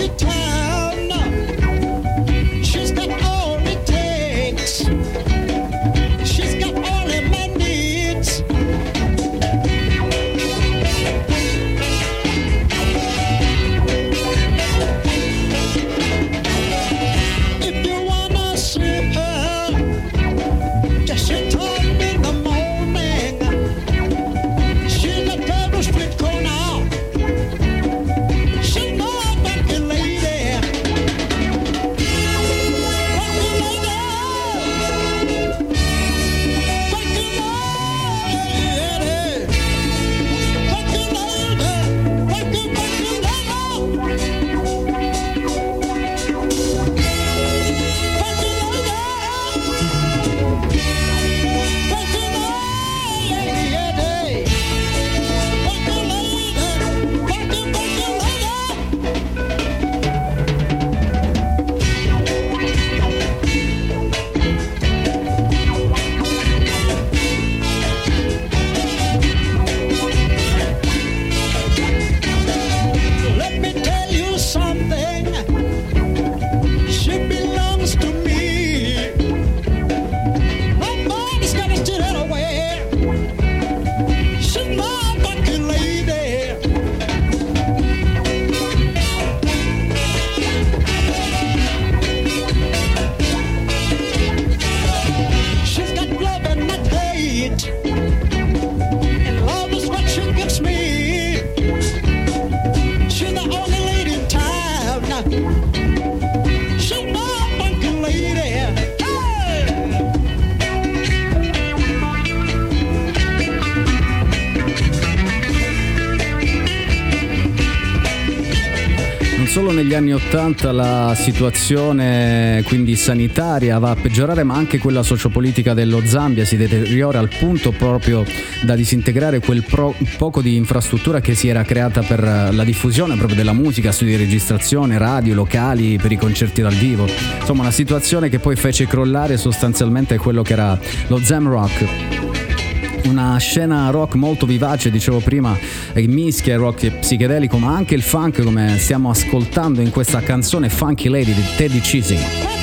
Solo negli anni ottanta la situazione quindi sanitaria va a peggiorare, ma anche quella sociopolitica dello Zambia si deteriora al punto proprio da disintegrare quel pro- poco di infrastruttura che si era creata per la diffusione proprio della musica, studi di registrazione, radio, locali per i concerti dal vivo. Insomma, una situazione che poi fece crollare sostanzialmente quello che era lo Zam Rock. Una scena rock molto vivace, dicevo prima, che mischia il rock psichedelico ma anche il funk, come stiamo ascoltando in questa canzone Funky Lady di Teddy Chising.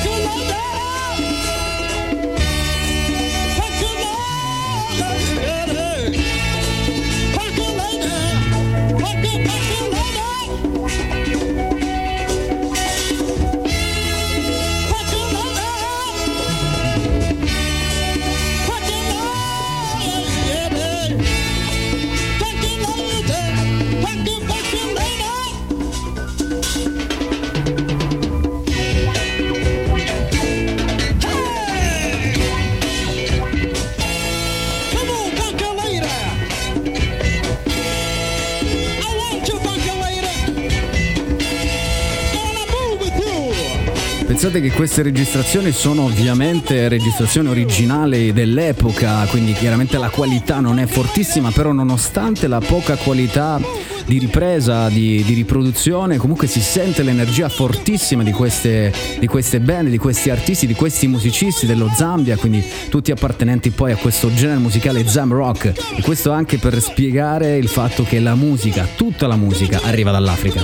Pensate che queste registrazioni sono ovviamente registrazioni originali dell'epoca, quindi chiaramente la qualità non è fortissima, però nonostante la poca qualità di ripresa, di, di riproduzione, comunque si sente l'energia fortissima di queste, di queste band, di questi artisti, di questi musicisti dello Zambia, quindi tutti appartenenti poi a questo genere musicale Zam Rock, e questo anche per spiegare il fatto che la musica, tutta la musica arriva dall'Africa.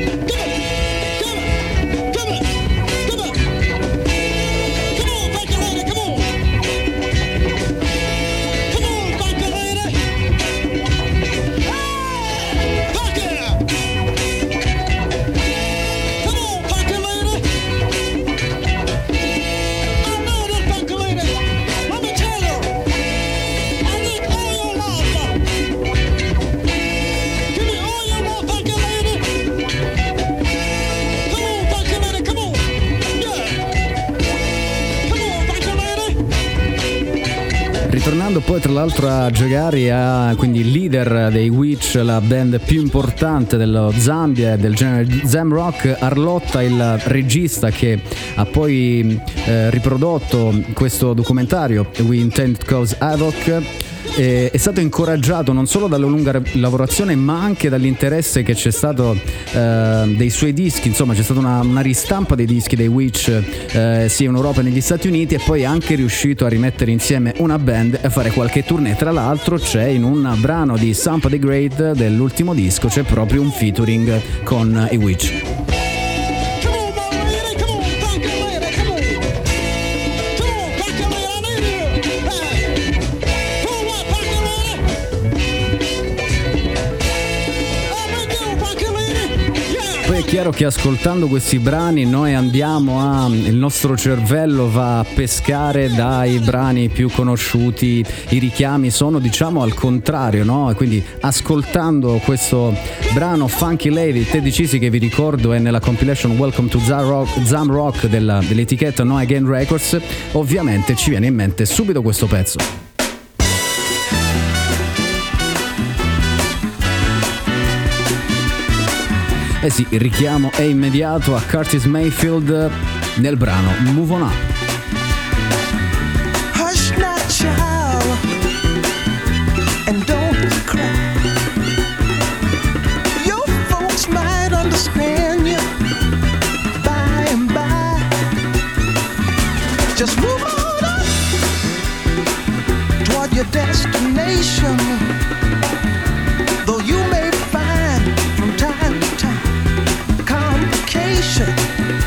Tornando poi tra l'altro a Jagari, a quindi leader dei Witch, la band più importante dello Zambia e del genere Zam Rock, Arlotta, il regista che ha poi eh, riprodotto questo documentario We Intend to Cause Havoc, è, è stato incoraggiato non solo dalla lunga lavorazione ma anche dall'interesse che c'è stato eh, dei suoi dischi. Insomma, c'è stata una, una ristampa dei dischi dei Witch eh, sia in Europa che negli Stati Uniti, e poi è anche riuscito a rimettere insieme una band e a fare qualche tournée. Tra l'altro c'è in un brano di Sampa the Great dell'ultimo disco c'è proprio un featuring con i Witch. Poi è chiaro che ascoltando questi brani noi andiamo a, il nostro cervello va a pescare dai brani più conosciuti, i richiami sono diciamo al contrario, no? E quindi ascoltando questo brano Funky Lady Teddy Cisi, che vi ricordo è nella compilation Welcome to Zam Rock, Zam Rock della, dell'etichetta No Again Records, ovviamente ci viene in mente subito questo pezzo. Eh sì, il richiamo è immediato a Curtis Mayfield nel brano Move On Up. Hush now, child, and don't cry. Your folks might understand you by and by. Just move on up toward your destination. Though you may find from time to time complication.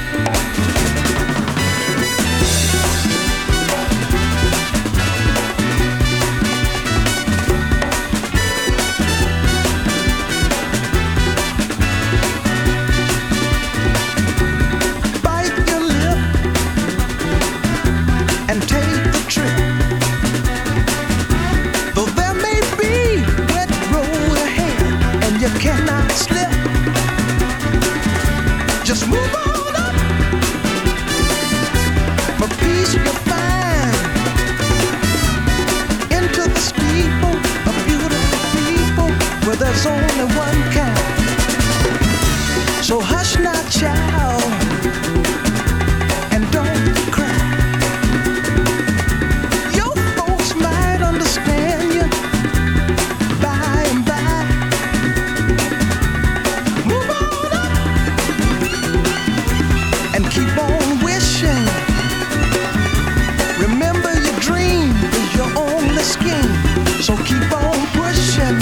Bite your lip and take the trip. Though there may be wet road ahead and you cannot slip, just move on up. For peace you'll find into the steeple of beautiful people where there's only one kind. So hush now, child, and don't cry. Your folks might understand you by and by. Move on up and keep on wishing. Remember your dream is your only scheme, so keep on pushing.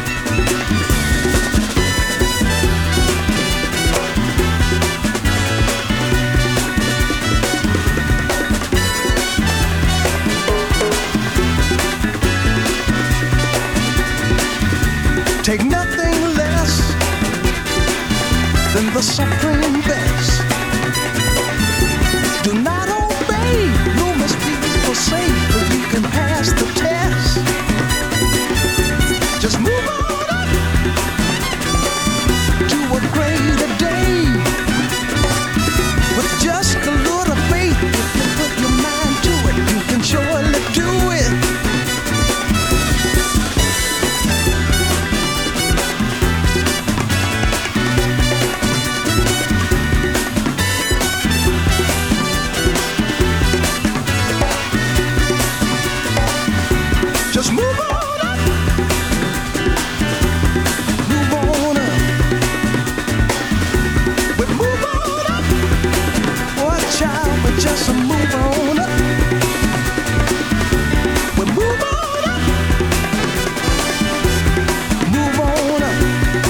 Take nothing less than the supreme best. Do not obey rumors people say, but you can pass the test. Just move on up to a greater day. With just a little faith, if you put your mind to it, you can surely do it. Just move on up. Move on up. We move on up. Watch out, we just move on up. We move on up. Move on up.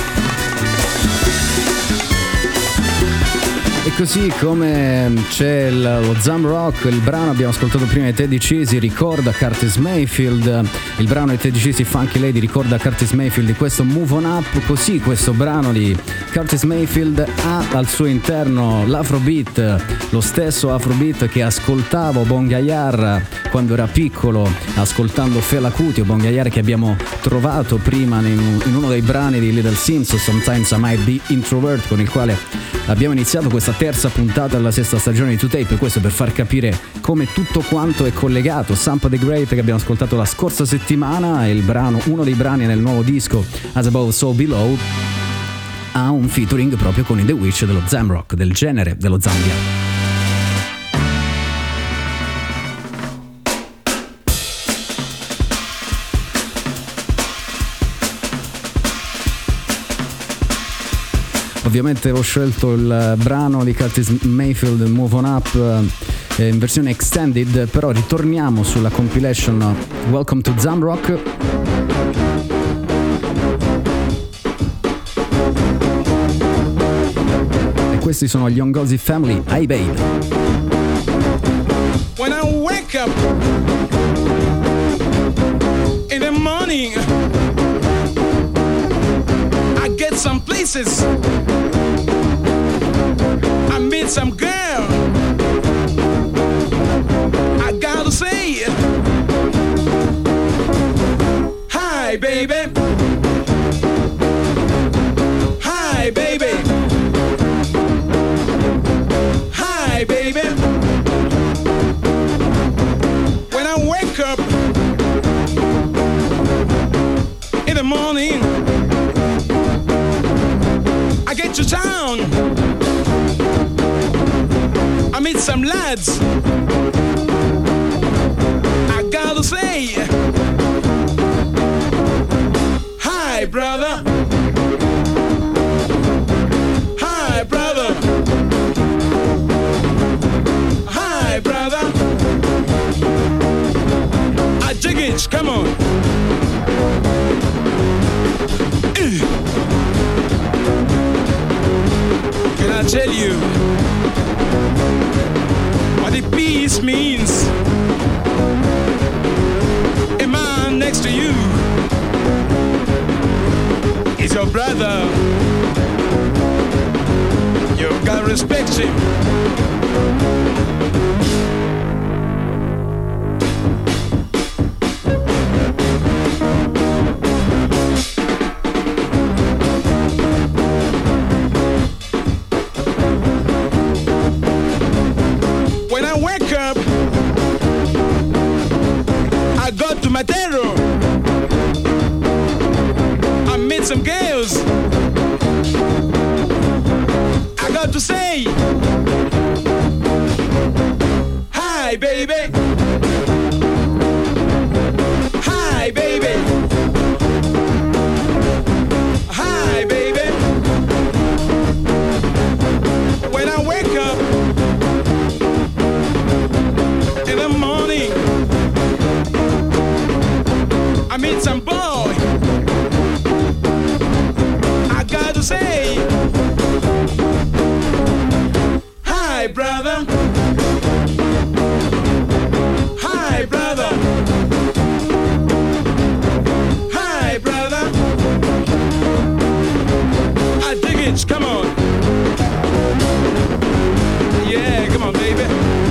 E così come c'è il, lo Zam Rock, il brano abbiamo ascoltato prima di Teddy Cisi ricorda Curtis Mayfield, il brano di Teddy Cisi Funky Lady ricorda Curtis Mayfield di questo Move On Up, così questo brano di Curtis Mayfield ha al suo interno l'Afrobeat, lo stesso Afrobeat che ascoltavo Bon Gaillard quando era piccolo, ascoltando Fela Kuti, Bon Gaillard che abbiamo trovato prima in, in uno dei brani di Little Sims, Sometimes I Might Be Introvert, con il quale abbiamo iniziato questa terza puntata della sesta stagione di two tape. Questo per far capire come tutto quanto è collegato. Sampa the Great che abbiamo ascoltato la scorsa settimana, il brano, uno dei brani nel nuovo disco As Above So Below, ha un featuring proprio con i The Witch dello Zam Rock, del genere dello Zambia. Ovviamente ho scelto il brano di Curtis Mayfield, Move On Up, eh, in versione extended, però ritorniamo sulla compilation Welcome to Zamrock. E questi sono gli Ngozi Family, Hey Babe. When I wake up in the morning, I get some places, I meet some girl, I gotta say, hi baby, hi baby, hi baby. When I wake up in the morning, I get to town, I meet some lads, I gotta say, hi brother, hi brother, hi brother, I dig it, come on. Can I tell you what the peace means? A man next to you is your brother. You gotta respect him. To Matero, I met some girls, I got to say, hi baby, hi baby, hi baby. When I wake up in the morning, I meet some boy, I gotta say, hi brother, hi brother, hi brother, I dig it, come on, yeah, come on baby.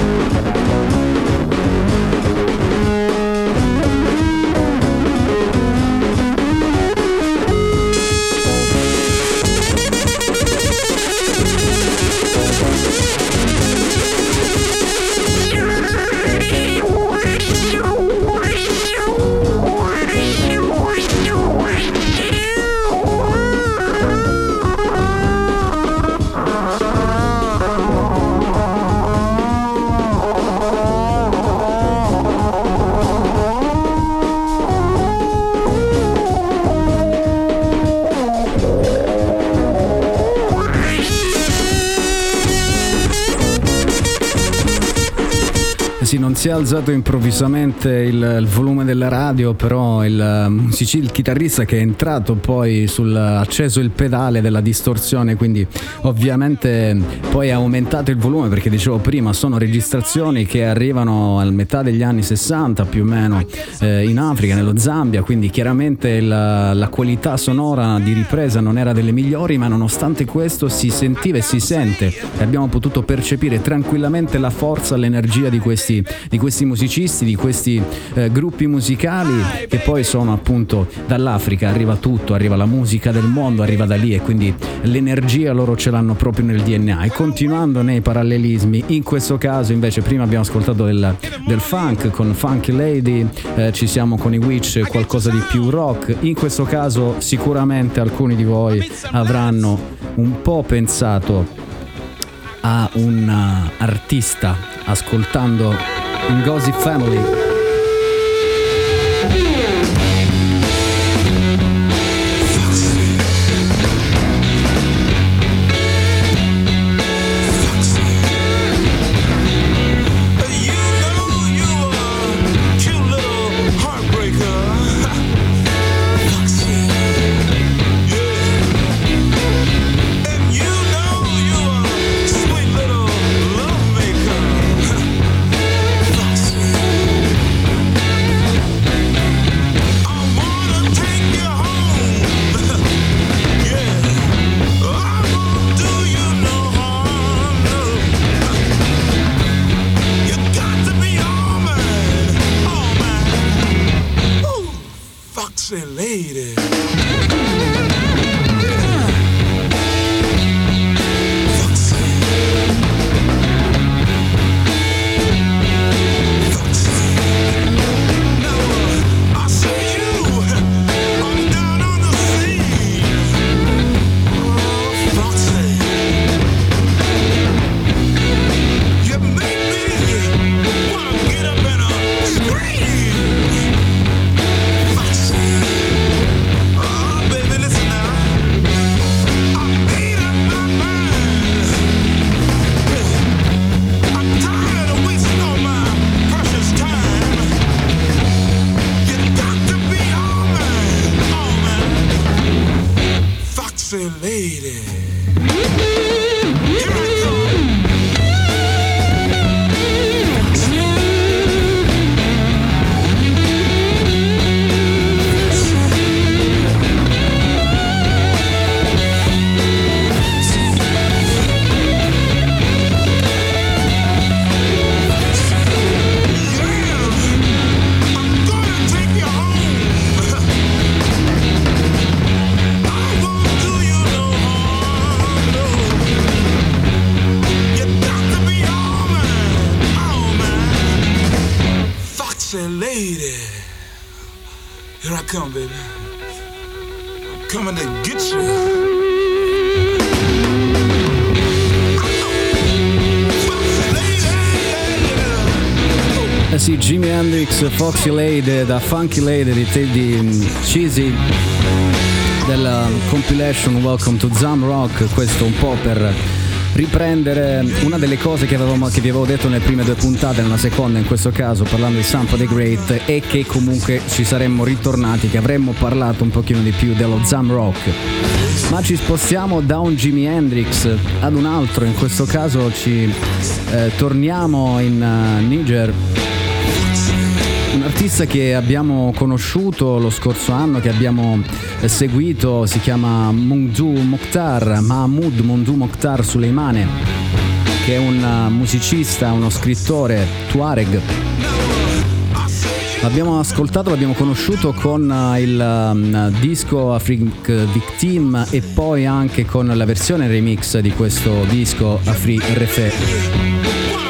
Sì, non si è alzato improvvisamente il, il volume della radio, però il, music- il chitarrista che è entrato poi sul ha acceso il pedale della distorsione, quindi ovviamente poi ha aumentato il volume, perché dicevo prima sono registrazioni che arrivano al metà degli anni sessanta più o meno, eh, in Africa, nello Zambia, quindi chiaramente la, la qualità sonora di ripresa non era delle migliori, ma nonostante questo si sentiva e si sente e abbiamo potuto percepire tranquillamente la forza, l'energia di questi di questi musicisti, di questi eh, gruppi musicali, che poi sono appunto dall'Africa, arriva tutto, arriva la musica del mondo, arriva da lì, e quindi l'energia loro ce l'hanno proprio nel D N A. E continuando nei parallelismi, in questo caso invece prima abbiamo ascoltato del, del funk con Funky Lady, eh, ci siamo con i Witch, qualcosa di più rock. In questo caso sicuramente alcuni di voi avranno un po' pensato a un uh, artista ascoltando Ngozi Family. Foxy lady. Come, baby. I'm coming to get you. Eh sì, Jimi Hendrix, Foxy Lady, da Funky Lady di, di Cheesy, della compilation Welcome to Zam Rock. Questo un po' per riprendere una delle cose che, avevamo, che vi avevo detto nelle prime due puntate, nella seconda in questo caso parlando di Sampa the Great, e che comunque ci saremmo ritornati, che avremmo parlato un pochino di più dello Zam Rock. Ma ci spostiamo da un Jimi Hendrix ad un altro, in questo caso ci eh, torniamo in uh, Niger. Un artista che abbiamo conosciuto lo scorso anno, che abbiamo seguito, si chiama Mungdu Mokhtar, Mahmoud Mungdu Mokhtar Suleimane, che è un musicista, uno scrittore Tuareg. L'abbiamo ascoltato, l'abbiamo conosciuto con il disco Afrique Victime e poi anche con la versione remix di questo disco Afrique Refait.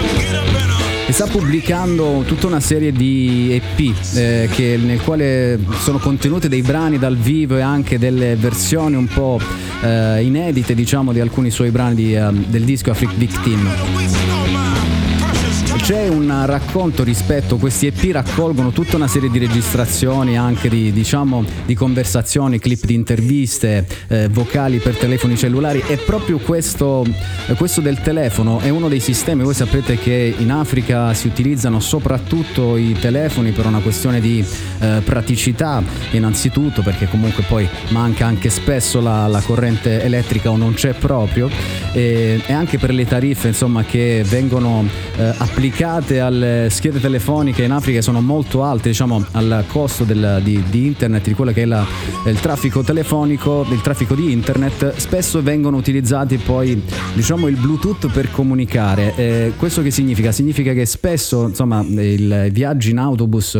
E sta pubblicando tutta una serie di E P eh, che, nel quale sono contenute dei brani dal vivo e anche delle versioni un po' eh, inedite, diciamo, di alcuni suoi brani di, uh, del disco Afrique Victime. C'è un racconto rispetto, questi E P raccolgono tutta una serie di registrazioni, anche di, diciamo, di conversazioni, clip di interviste, eh, vocali per telefoni cellulari, e proprio questo, questo del telefono è uno dei sistemi. Voi sapete che in Africa si utilizzano soprattutto i telefoni per una questione di eh, praticità, innanzitutto perché comunque poi manca anche spesso la, la corrente elettrica o non c'è proprio, e, e anche per le tariffe, insomma, che vengono eh, applicate alle schede telefoniche in Africa, sono molto alte, diciamo, al costo del, di, di internet, di quello che è la, il traffico telefonico, il traffico di internet. Spesso vengono utilizzati poi, diciamo, il Bluetooth per comunicare. Eh, questo che significa? Significa che spesso, insomma, i viaggi in autobus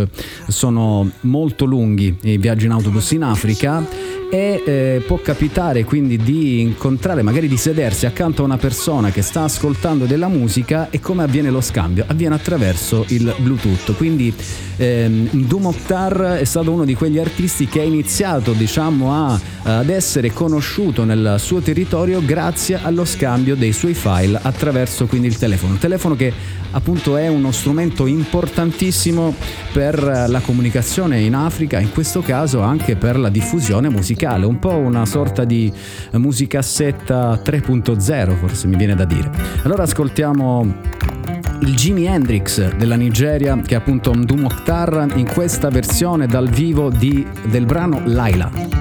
sono molto lunghi, i viaggi in autobus in Africa, e eh, può capitare quindi di incontrare, magari di sedersi accanto a una persona che sta ascoltando della musica, e come avviene lo scambio? Avviene attraverso il Bluetooth. Quindi ehm, Mungdu Mokhtar è stato uno di quegli artisti che ha iniziato, diciamo, a, ad essere conosciuto nel suo territorio grazie allo scambio dei suoi file attraverso quindi il telefono. Il telefono che appunto è uno strumento importantissimo per la comunicazione in Africa, in questo caso anche per la diffusione musicale, un po' una sorta di musicassetta tre punto zero, forse mi viene da dire. Allora ascoltiamo il Jimi Hendrix della Nigeria, che è appunto Mungdu Mokhtar, in questa versione dal vivo di, del brano Laila.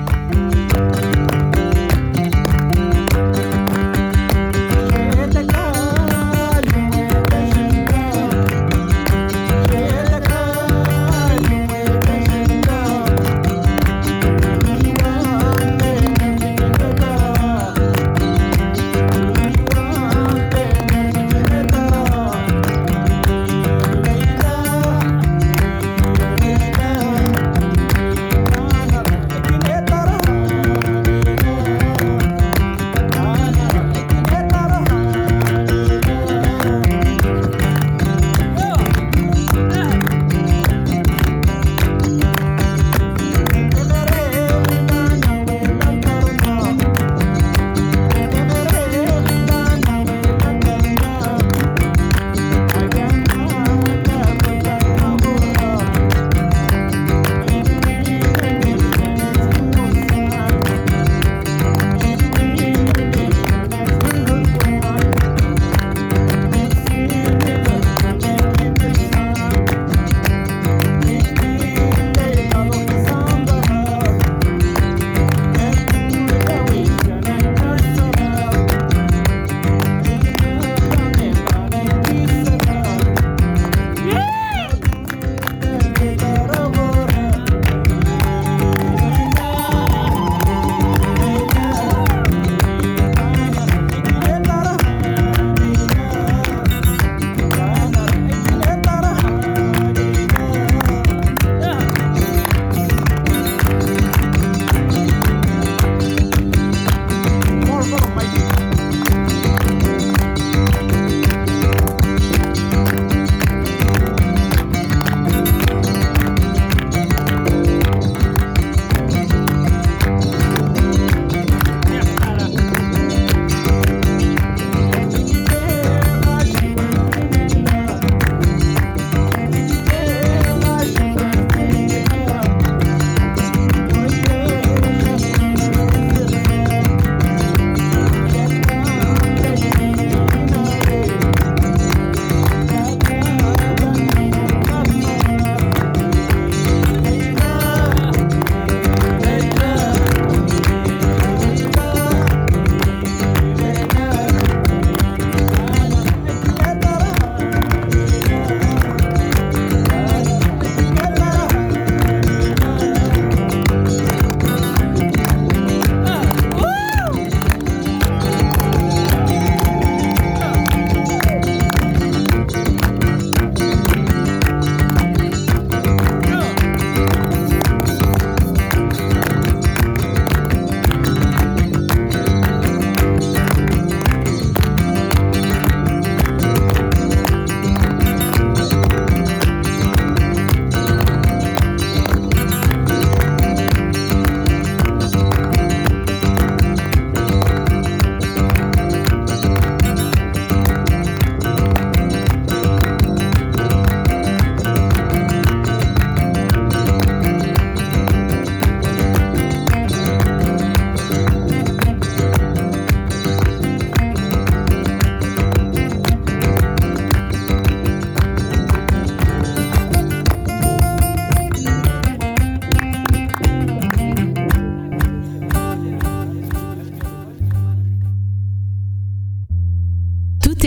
Thank you.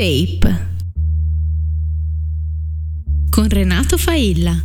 Tape con Renato Failla.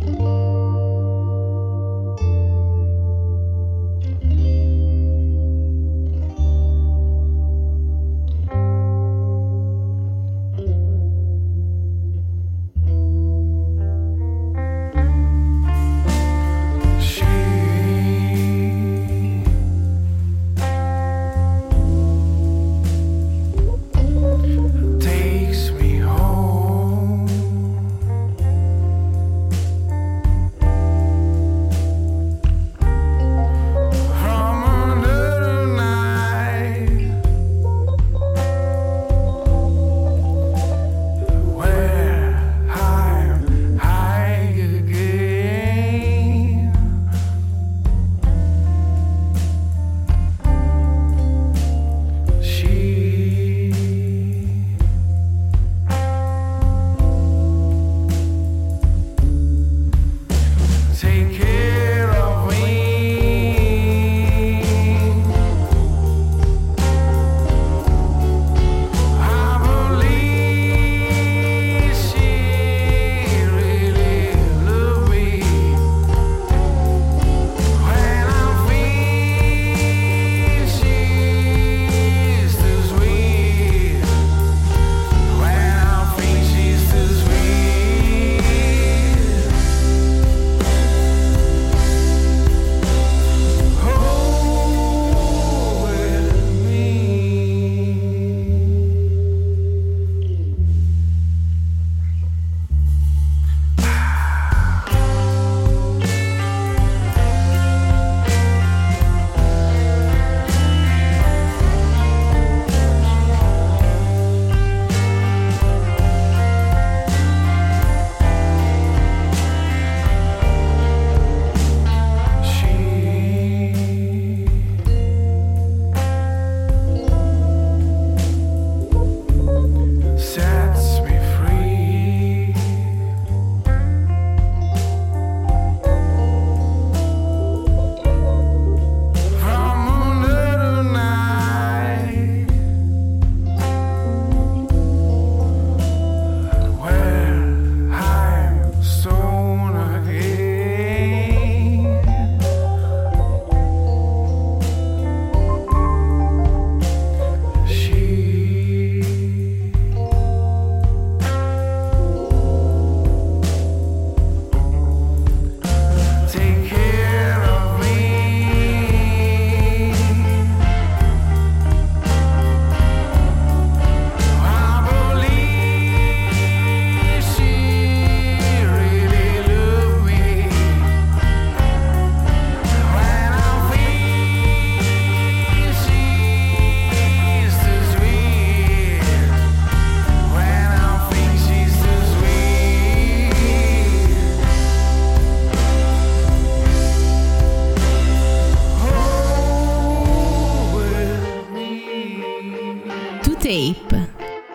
Tape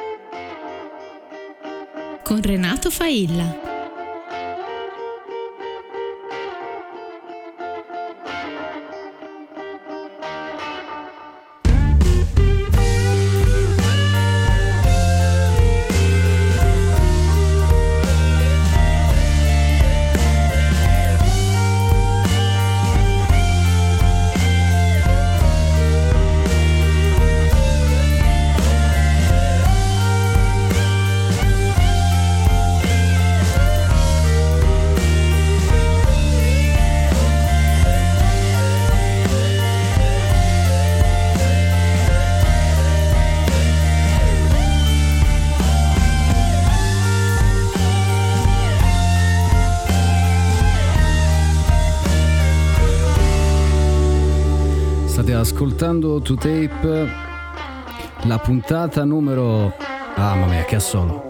con Renato Failla. Ascoltando To Tape, la puntata numero... Ah, mamma mia, che assolo!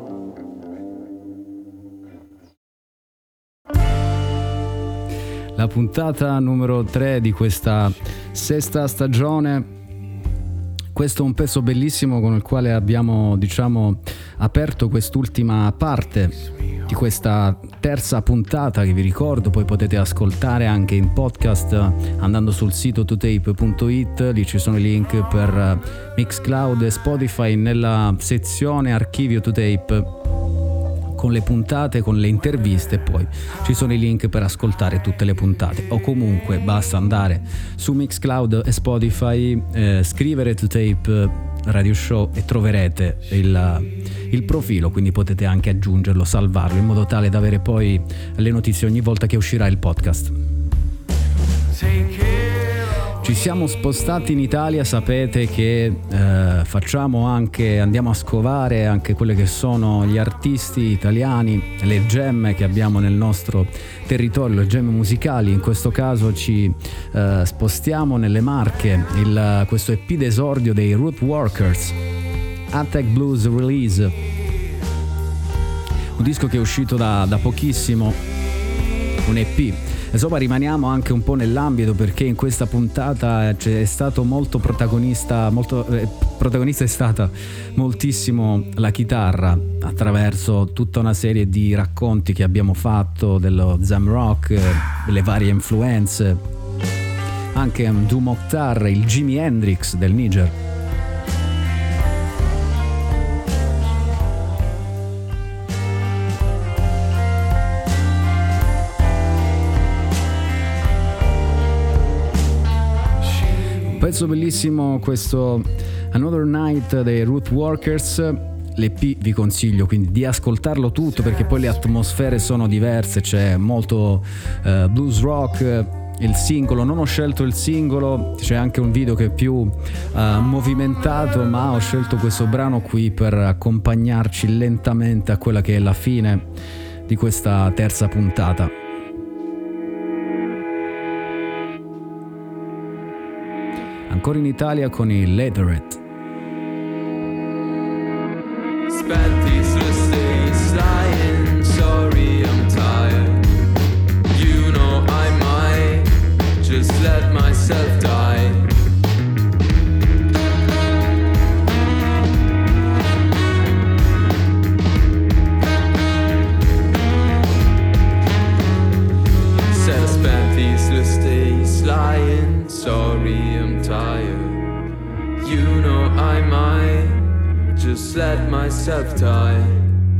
La puntata numero tre di questa sesta stagione. Questo è un pezzo bellissimo con il quale abbiamo, diciamo, aperto quest'ultima parte di questa terza puntata, che vi ricordo poi potete ascoltare anche in podcast andando sul sito two tape punto it. Lì ci sono i link per Mixcloud e Spotify nella sezione archivio two tape con le puntate, con le interviste, e poi ci sono i link per ascoltare tutte le puntate, o comunque basta andare su Mixcloud e Spotify, eh, scrivere two tape Radio Show e troverete il, il profilo, quindi potete anche aggiungerlo, salvarlo in modo tale da avere poi le notizie ogni volta che uscirà il podcast. Ci siamo spostati in Italia, sapete che eh, facciamo anche, andiamo a scovare anche quelle che sono gli artisti italiani, le gemme che abbiamo nel nostro territorio, le gemme musicali. In questo caso ci eh, spostiamo nelle Marche, il, questo E P d'esordio dei Root Workers, Attack Blues Release, un disco che è uscito da, da pochissimo, un E P. Insomma, rimaniamo anche un po' nell'ambito, perché in questa puntata c'è stato molto protagonista, molto eh, protagonista è stata moltissimo la chitarra, attraverso tutta una serie di racconti che abbiamo fatto dello Zam Rock, eh, delle varie influenze, anche Mdou Moctar, il Jimi Hendrix del Niger. Pezzo bellissimo questo Another Night dei Root Workers. L'E P vi consiglio quindi di ascoltarlo tutto, perché poi le atmosfere sono diverse, c'è molto uh, blues rock. Il singolo, non ho scelto il singolo, c'è anche un video che è più uh, movimentato, ma ho scelto questo brano qui per accompagnarci lentamente a quella che è la fine di questa terza puntata. Ancora in Italia con i Leatherette. Spent these days lying, sorry I'm tired. You know I might just let myself die. Said I spent these days lying, sorry I'm tired. You know I might just let myself die.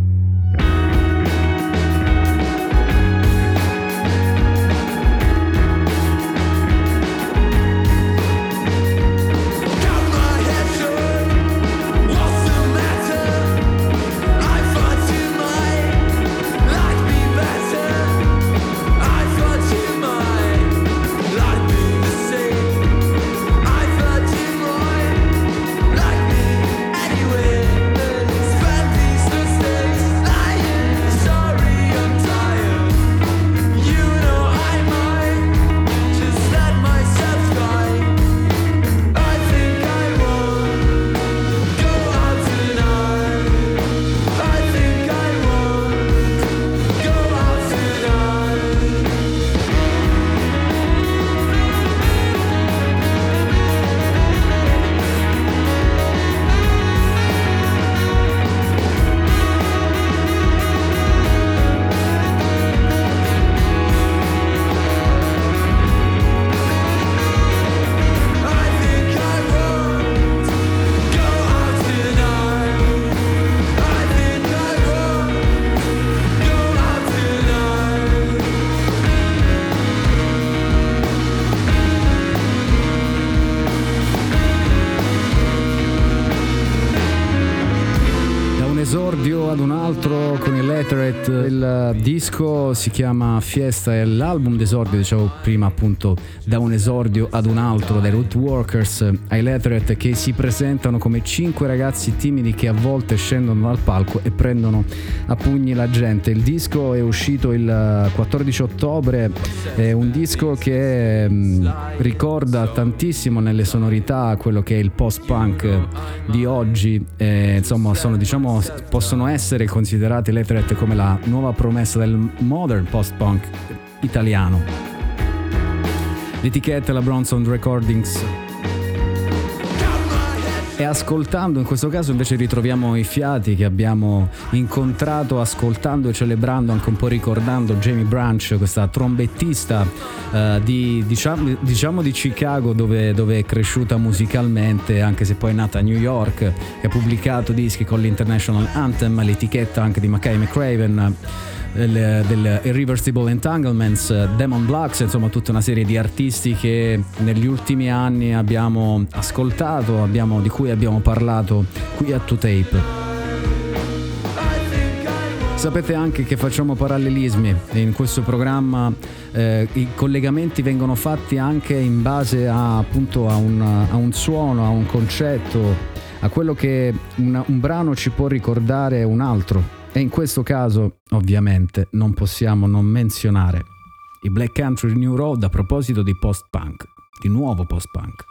Ad un altro con i Leatherette. Il disco si chiama Fiesta, è l'album d'esordio, dicevo prima, appunto, da un esordio ad un altro dai Root Workers ai Leatherette, che si presentano come cinque ragazzi timidi che a volte scendono dal palco e prendono a pugni la gente. Il disco è uscito il quattordici ottobre, è un disco che mh, ricorda tantissimo nelle sonorità quello che è il post-punk di oggi, e, insomma sono, diciamo, possono essere considerati Leatherette come la nuova promessa del modern post-punk italiano. L'etichetta è la Bronson Recordings. E ascoltando, in questo caso invece ritroviamo i fiati che abbiamo incontrato ascoltando e celebrando, anche un po' ricordando Jamie Branch, questa trombettista uh, di, diciamo, diciamo di Chicago, dove, dove è cresciuta musicalmente, anche se poi è nata a New York, che ha pubblicato dischi con l'International Anthem, l'etichetta anche di Mackay McCraven, del, del Irreversible Entanglements, Demon Blacks, insomma tutta una serie di artisti che negli ultimi anni abbiamo ascoltato, abbiamo, di cui abbiamo parlato qui a two tape. Sapete anche che facciamo parallelismi in questo programma, eh, i collegamenti vengono fatti anche in base a, appunto a un, a un suono, a un concetto, a quello che una, un brano ci può ricordare un altro. E in questo caso, ovviamente, non possiamo non menzionare i Black Country New Road a proposito di post-punk, di nuovo post-punk.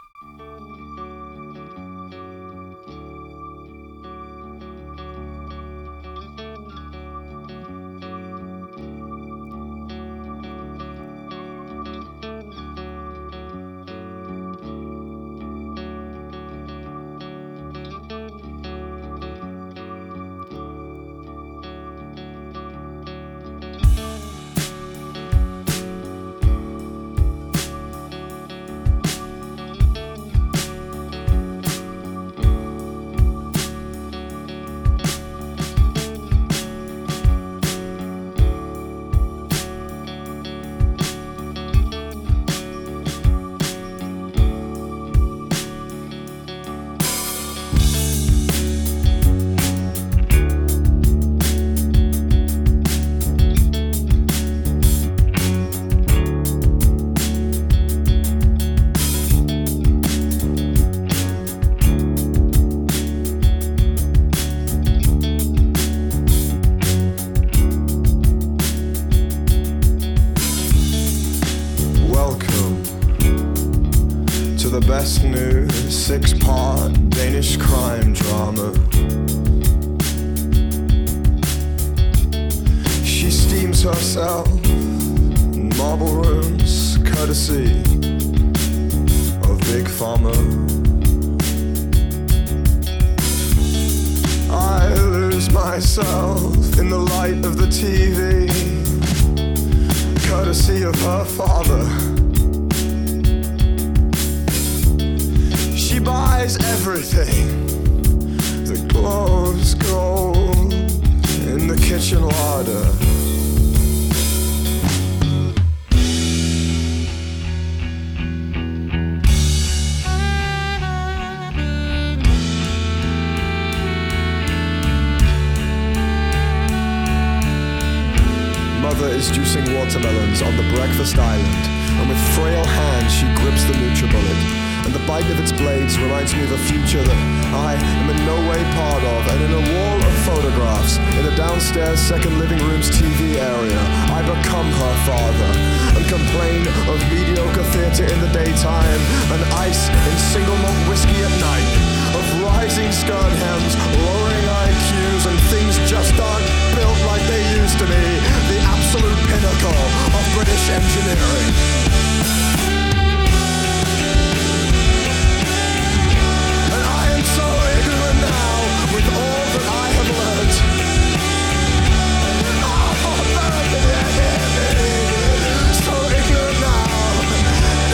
best new six-part Danish crime drama. She steams herself in marble rooms, courtesy of Big Pharma. I lose myself in the light of the T V, courtesy of her father. She buys everything that glows gold in the kitchen larder. Mother is juicing watermelons on the breakfast island, and with frail hands she grips the NutriBullet. And the bite of its blades reminds me of a future that I am in no way part of. And in a wall of photographs, in a downstairs second living room's T V area, I become her father and complain of mediocre theatre in the daytime and ice in single malt whiskey at night, of rising skirt hems, lowering I Qs, and things just aren't built like they used to be. The absolute pinnacle of British engineering. With all that I have learned, oh, so ignorant now,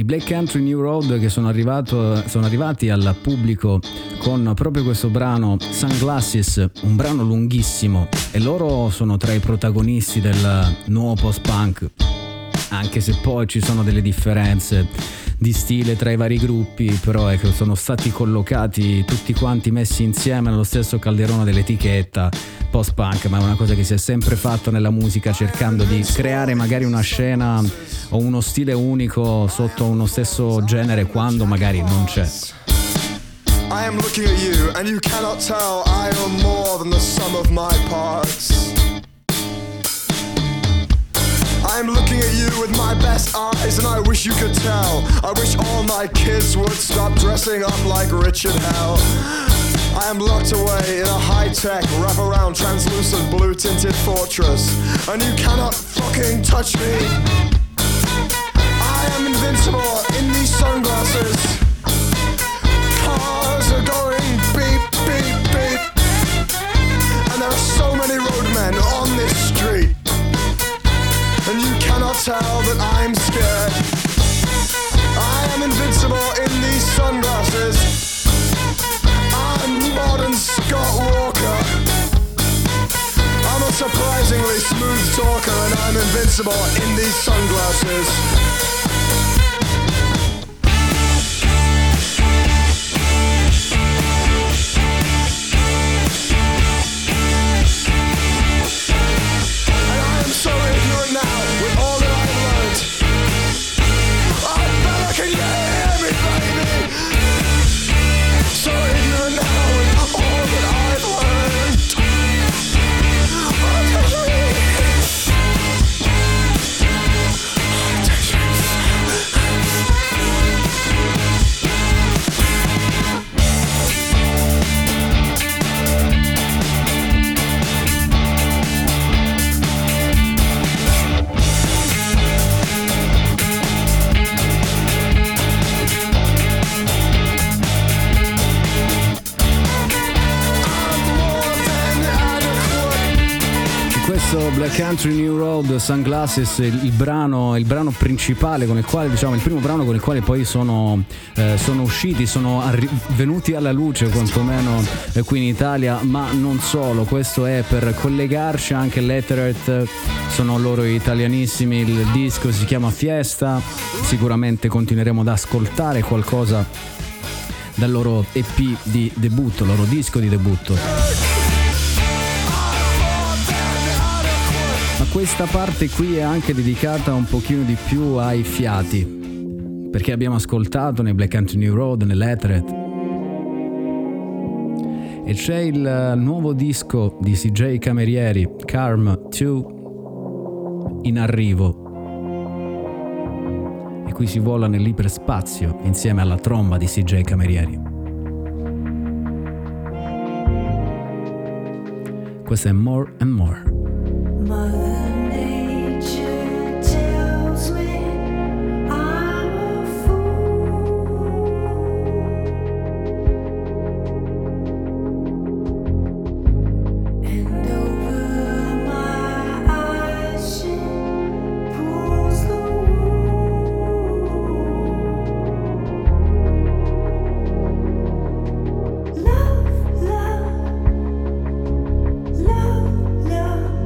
I Black Country New Road che sono, arrivato, sono arrivati al pubblico con proprio questo brano Sunglasses, un brano lunghissimo, e loro sono tra i protagonisti del nuovo post-punk, anche se poi ci sono delle differenze di stile tra i vari gruppi, però ecco, sono stati collocati tutti quanti messi insieme nello stesso calderone dell'etichetta post-punk, ma è una cosa che si è sempre fatto nella musica, cercando di creare magari una scena o uno stile unico sotto uno stesso genere quando magari non c'è. I am looking at you and you cannot tell I am more than the sum of my parts. I am looking at you with my best eyes and I wish you could tell. I wish all my kids would stop dressing up like Richard Hell. I am locked away in a high-tech, wrap-around, translucent, blue-tinted fortress, and you cannot fucking touch me. I am invincible in these sunglasses. Cars are going beep, beep, beep, and there are so many roadmen on this street, and you cannot tell that I'm scared. I am invincible in these sunglasses. I'm modern Scott Walker. I'm a surprisingly smooth talker, and I'm invincible in these sunglasses. So ignorant now with all that I've learned. I better can you hear me, baby? So ignorant now with all that I've learned. Oh, Black Country New Road, Sunglasses, il, il brano il brano principale con il quale, diciamo, il primo brano con il quale poi sono, eh, sono usciti, sono arri- venuti alla luce quantomeno eh, qui in Italia, ma non solo. Questo è per collegarci anche Lettered, sono loro italianissimi, il disco si chiama Fiesta, sicuramente continueremo ad ascoltare qualcosa dal loro E P di debutto, loro disco di debutto. Ma questa parte qui è anche dedicata un pochino di più ai fiati, perché abbiamo ascoltato nei Black Country New Road, nell'Ethereth, e c'è il nuovo disco di C J Camerieri, Carm due, in arrivo, e qui si vola nell'iperspazio insieme alla tromba di C J Camerieri. Questo è More and More. Mother Nature tells me I'm a fool, and over my eyes she pulls the wool. Love, love, love, love.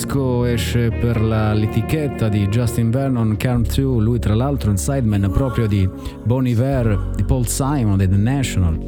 disco esce per la, l'etichetta di Justin Vernon, Calm due, lui tra l'altro un sideman proprio di Bon Iver, di Paul Simon, di The National.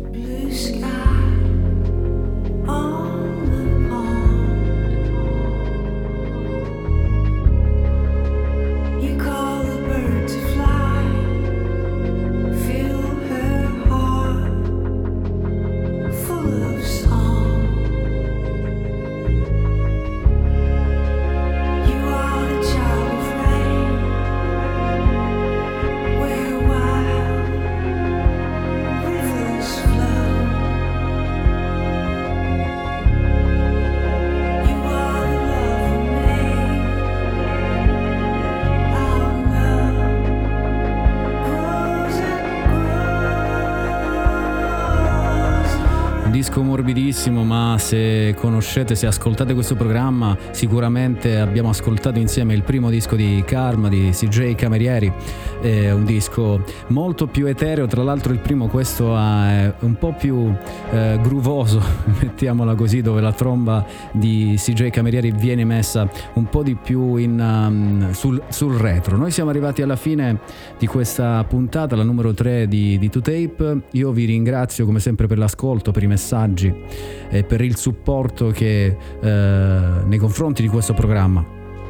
Disco morbidissimo, ma se conoscete, se ascoltate questo programma, sicuramente abbiamo ascoltato insieme il primo disco di Karma di C J Camerieri, è un disco molto più etereo, tra l'altro il primo, questo è un po' più eh, groovoso, mettiamola così, dove la tromba di C J Camerieri viene messa un po' di più in, um, sul, sul retro. Noi siamo arrivati alla fine di questa puntata, la numero tre di, di two tape. Io vi ringrazio come sempre per l'ascolto, per i messaggi e per il supporto che eh, nei confronti di questo programma.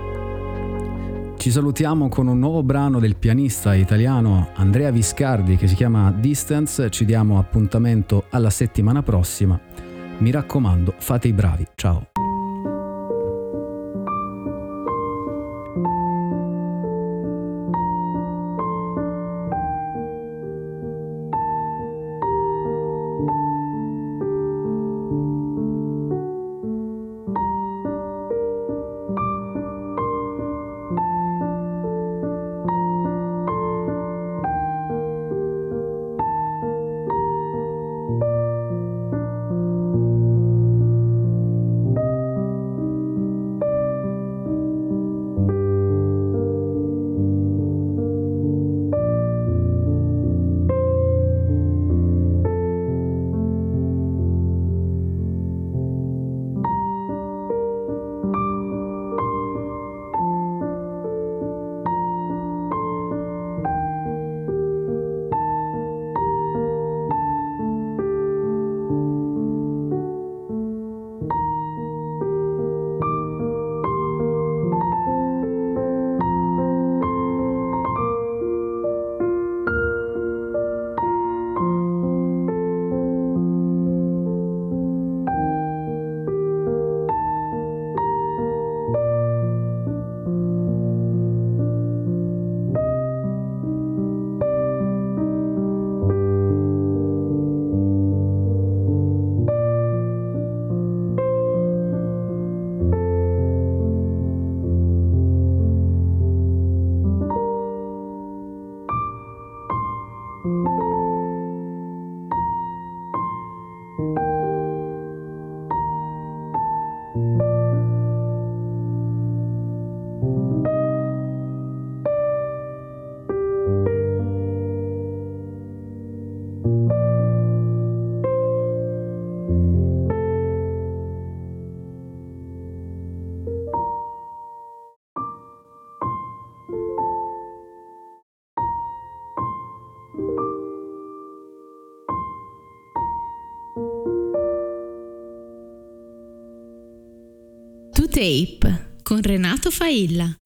Ci salutiamo con un nuovo brano del pianista italiano Andrea Viscardi che si chiama Distance. Ci diamo appuntamento alla settimana prossima. Mi raccomando, fate i bravi. Ciao. two tape con Renato Failla.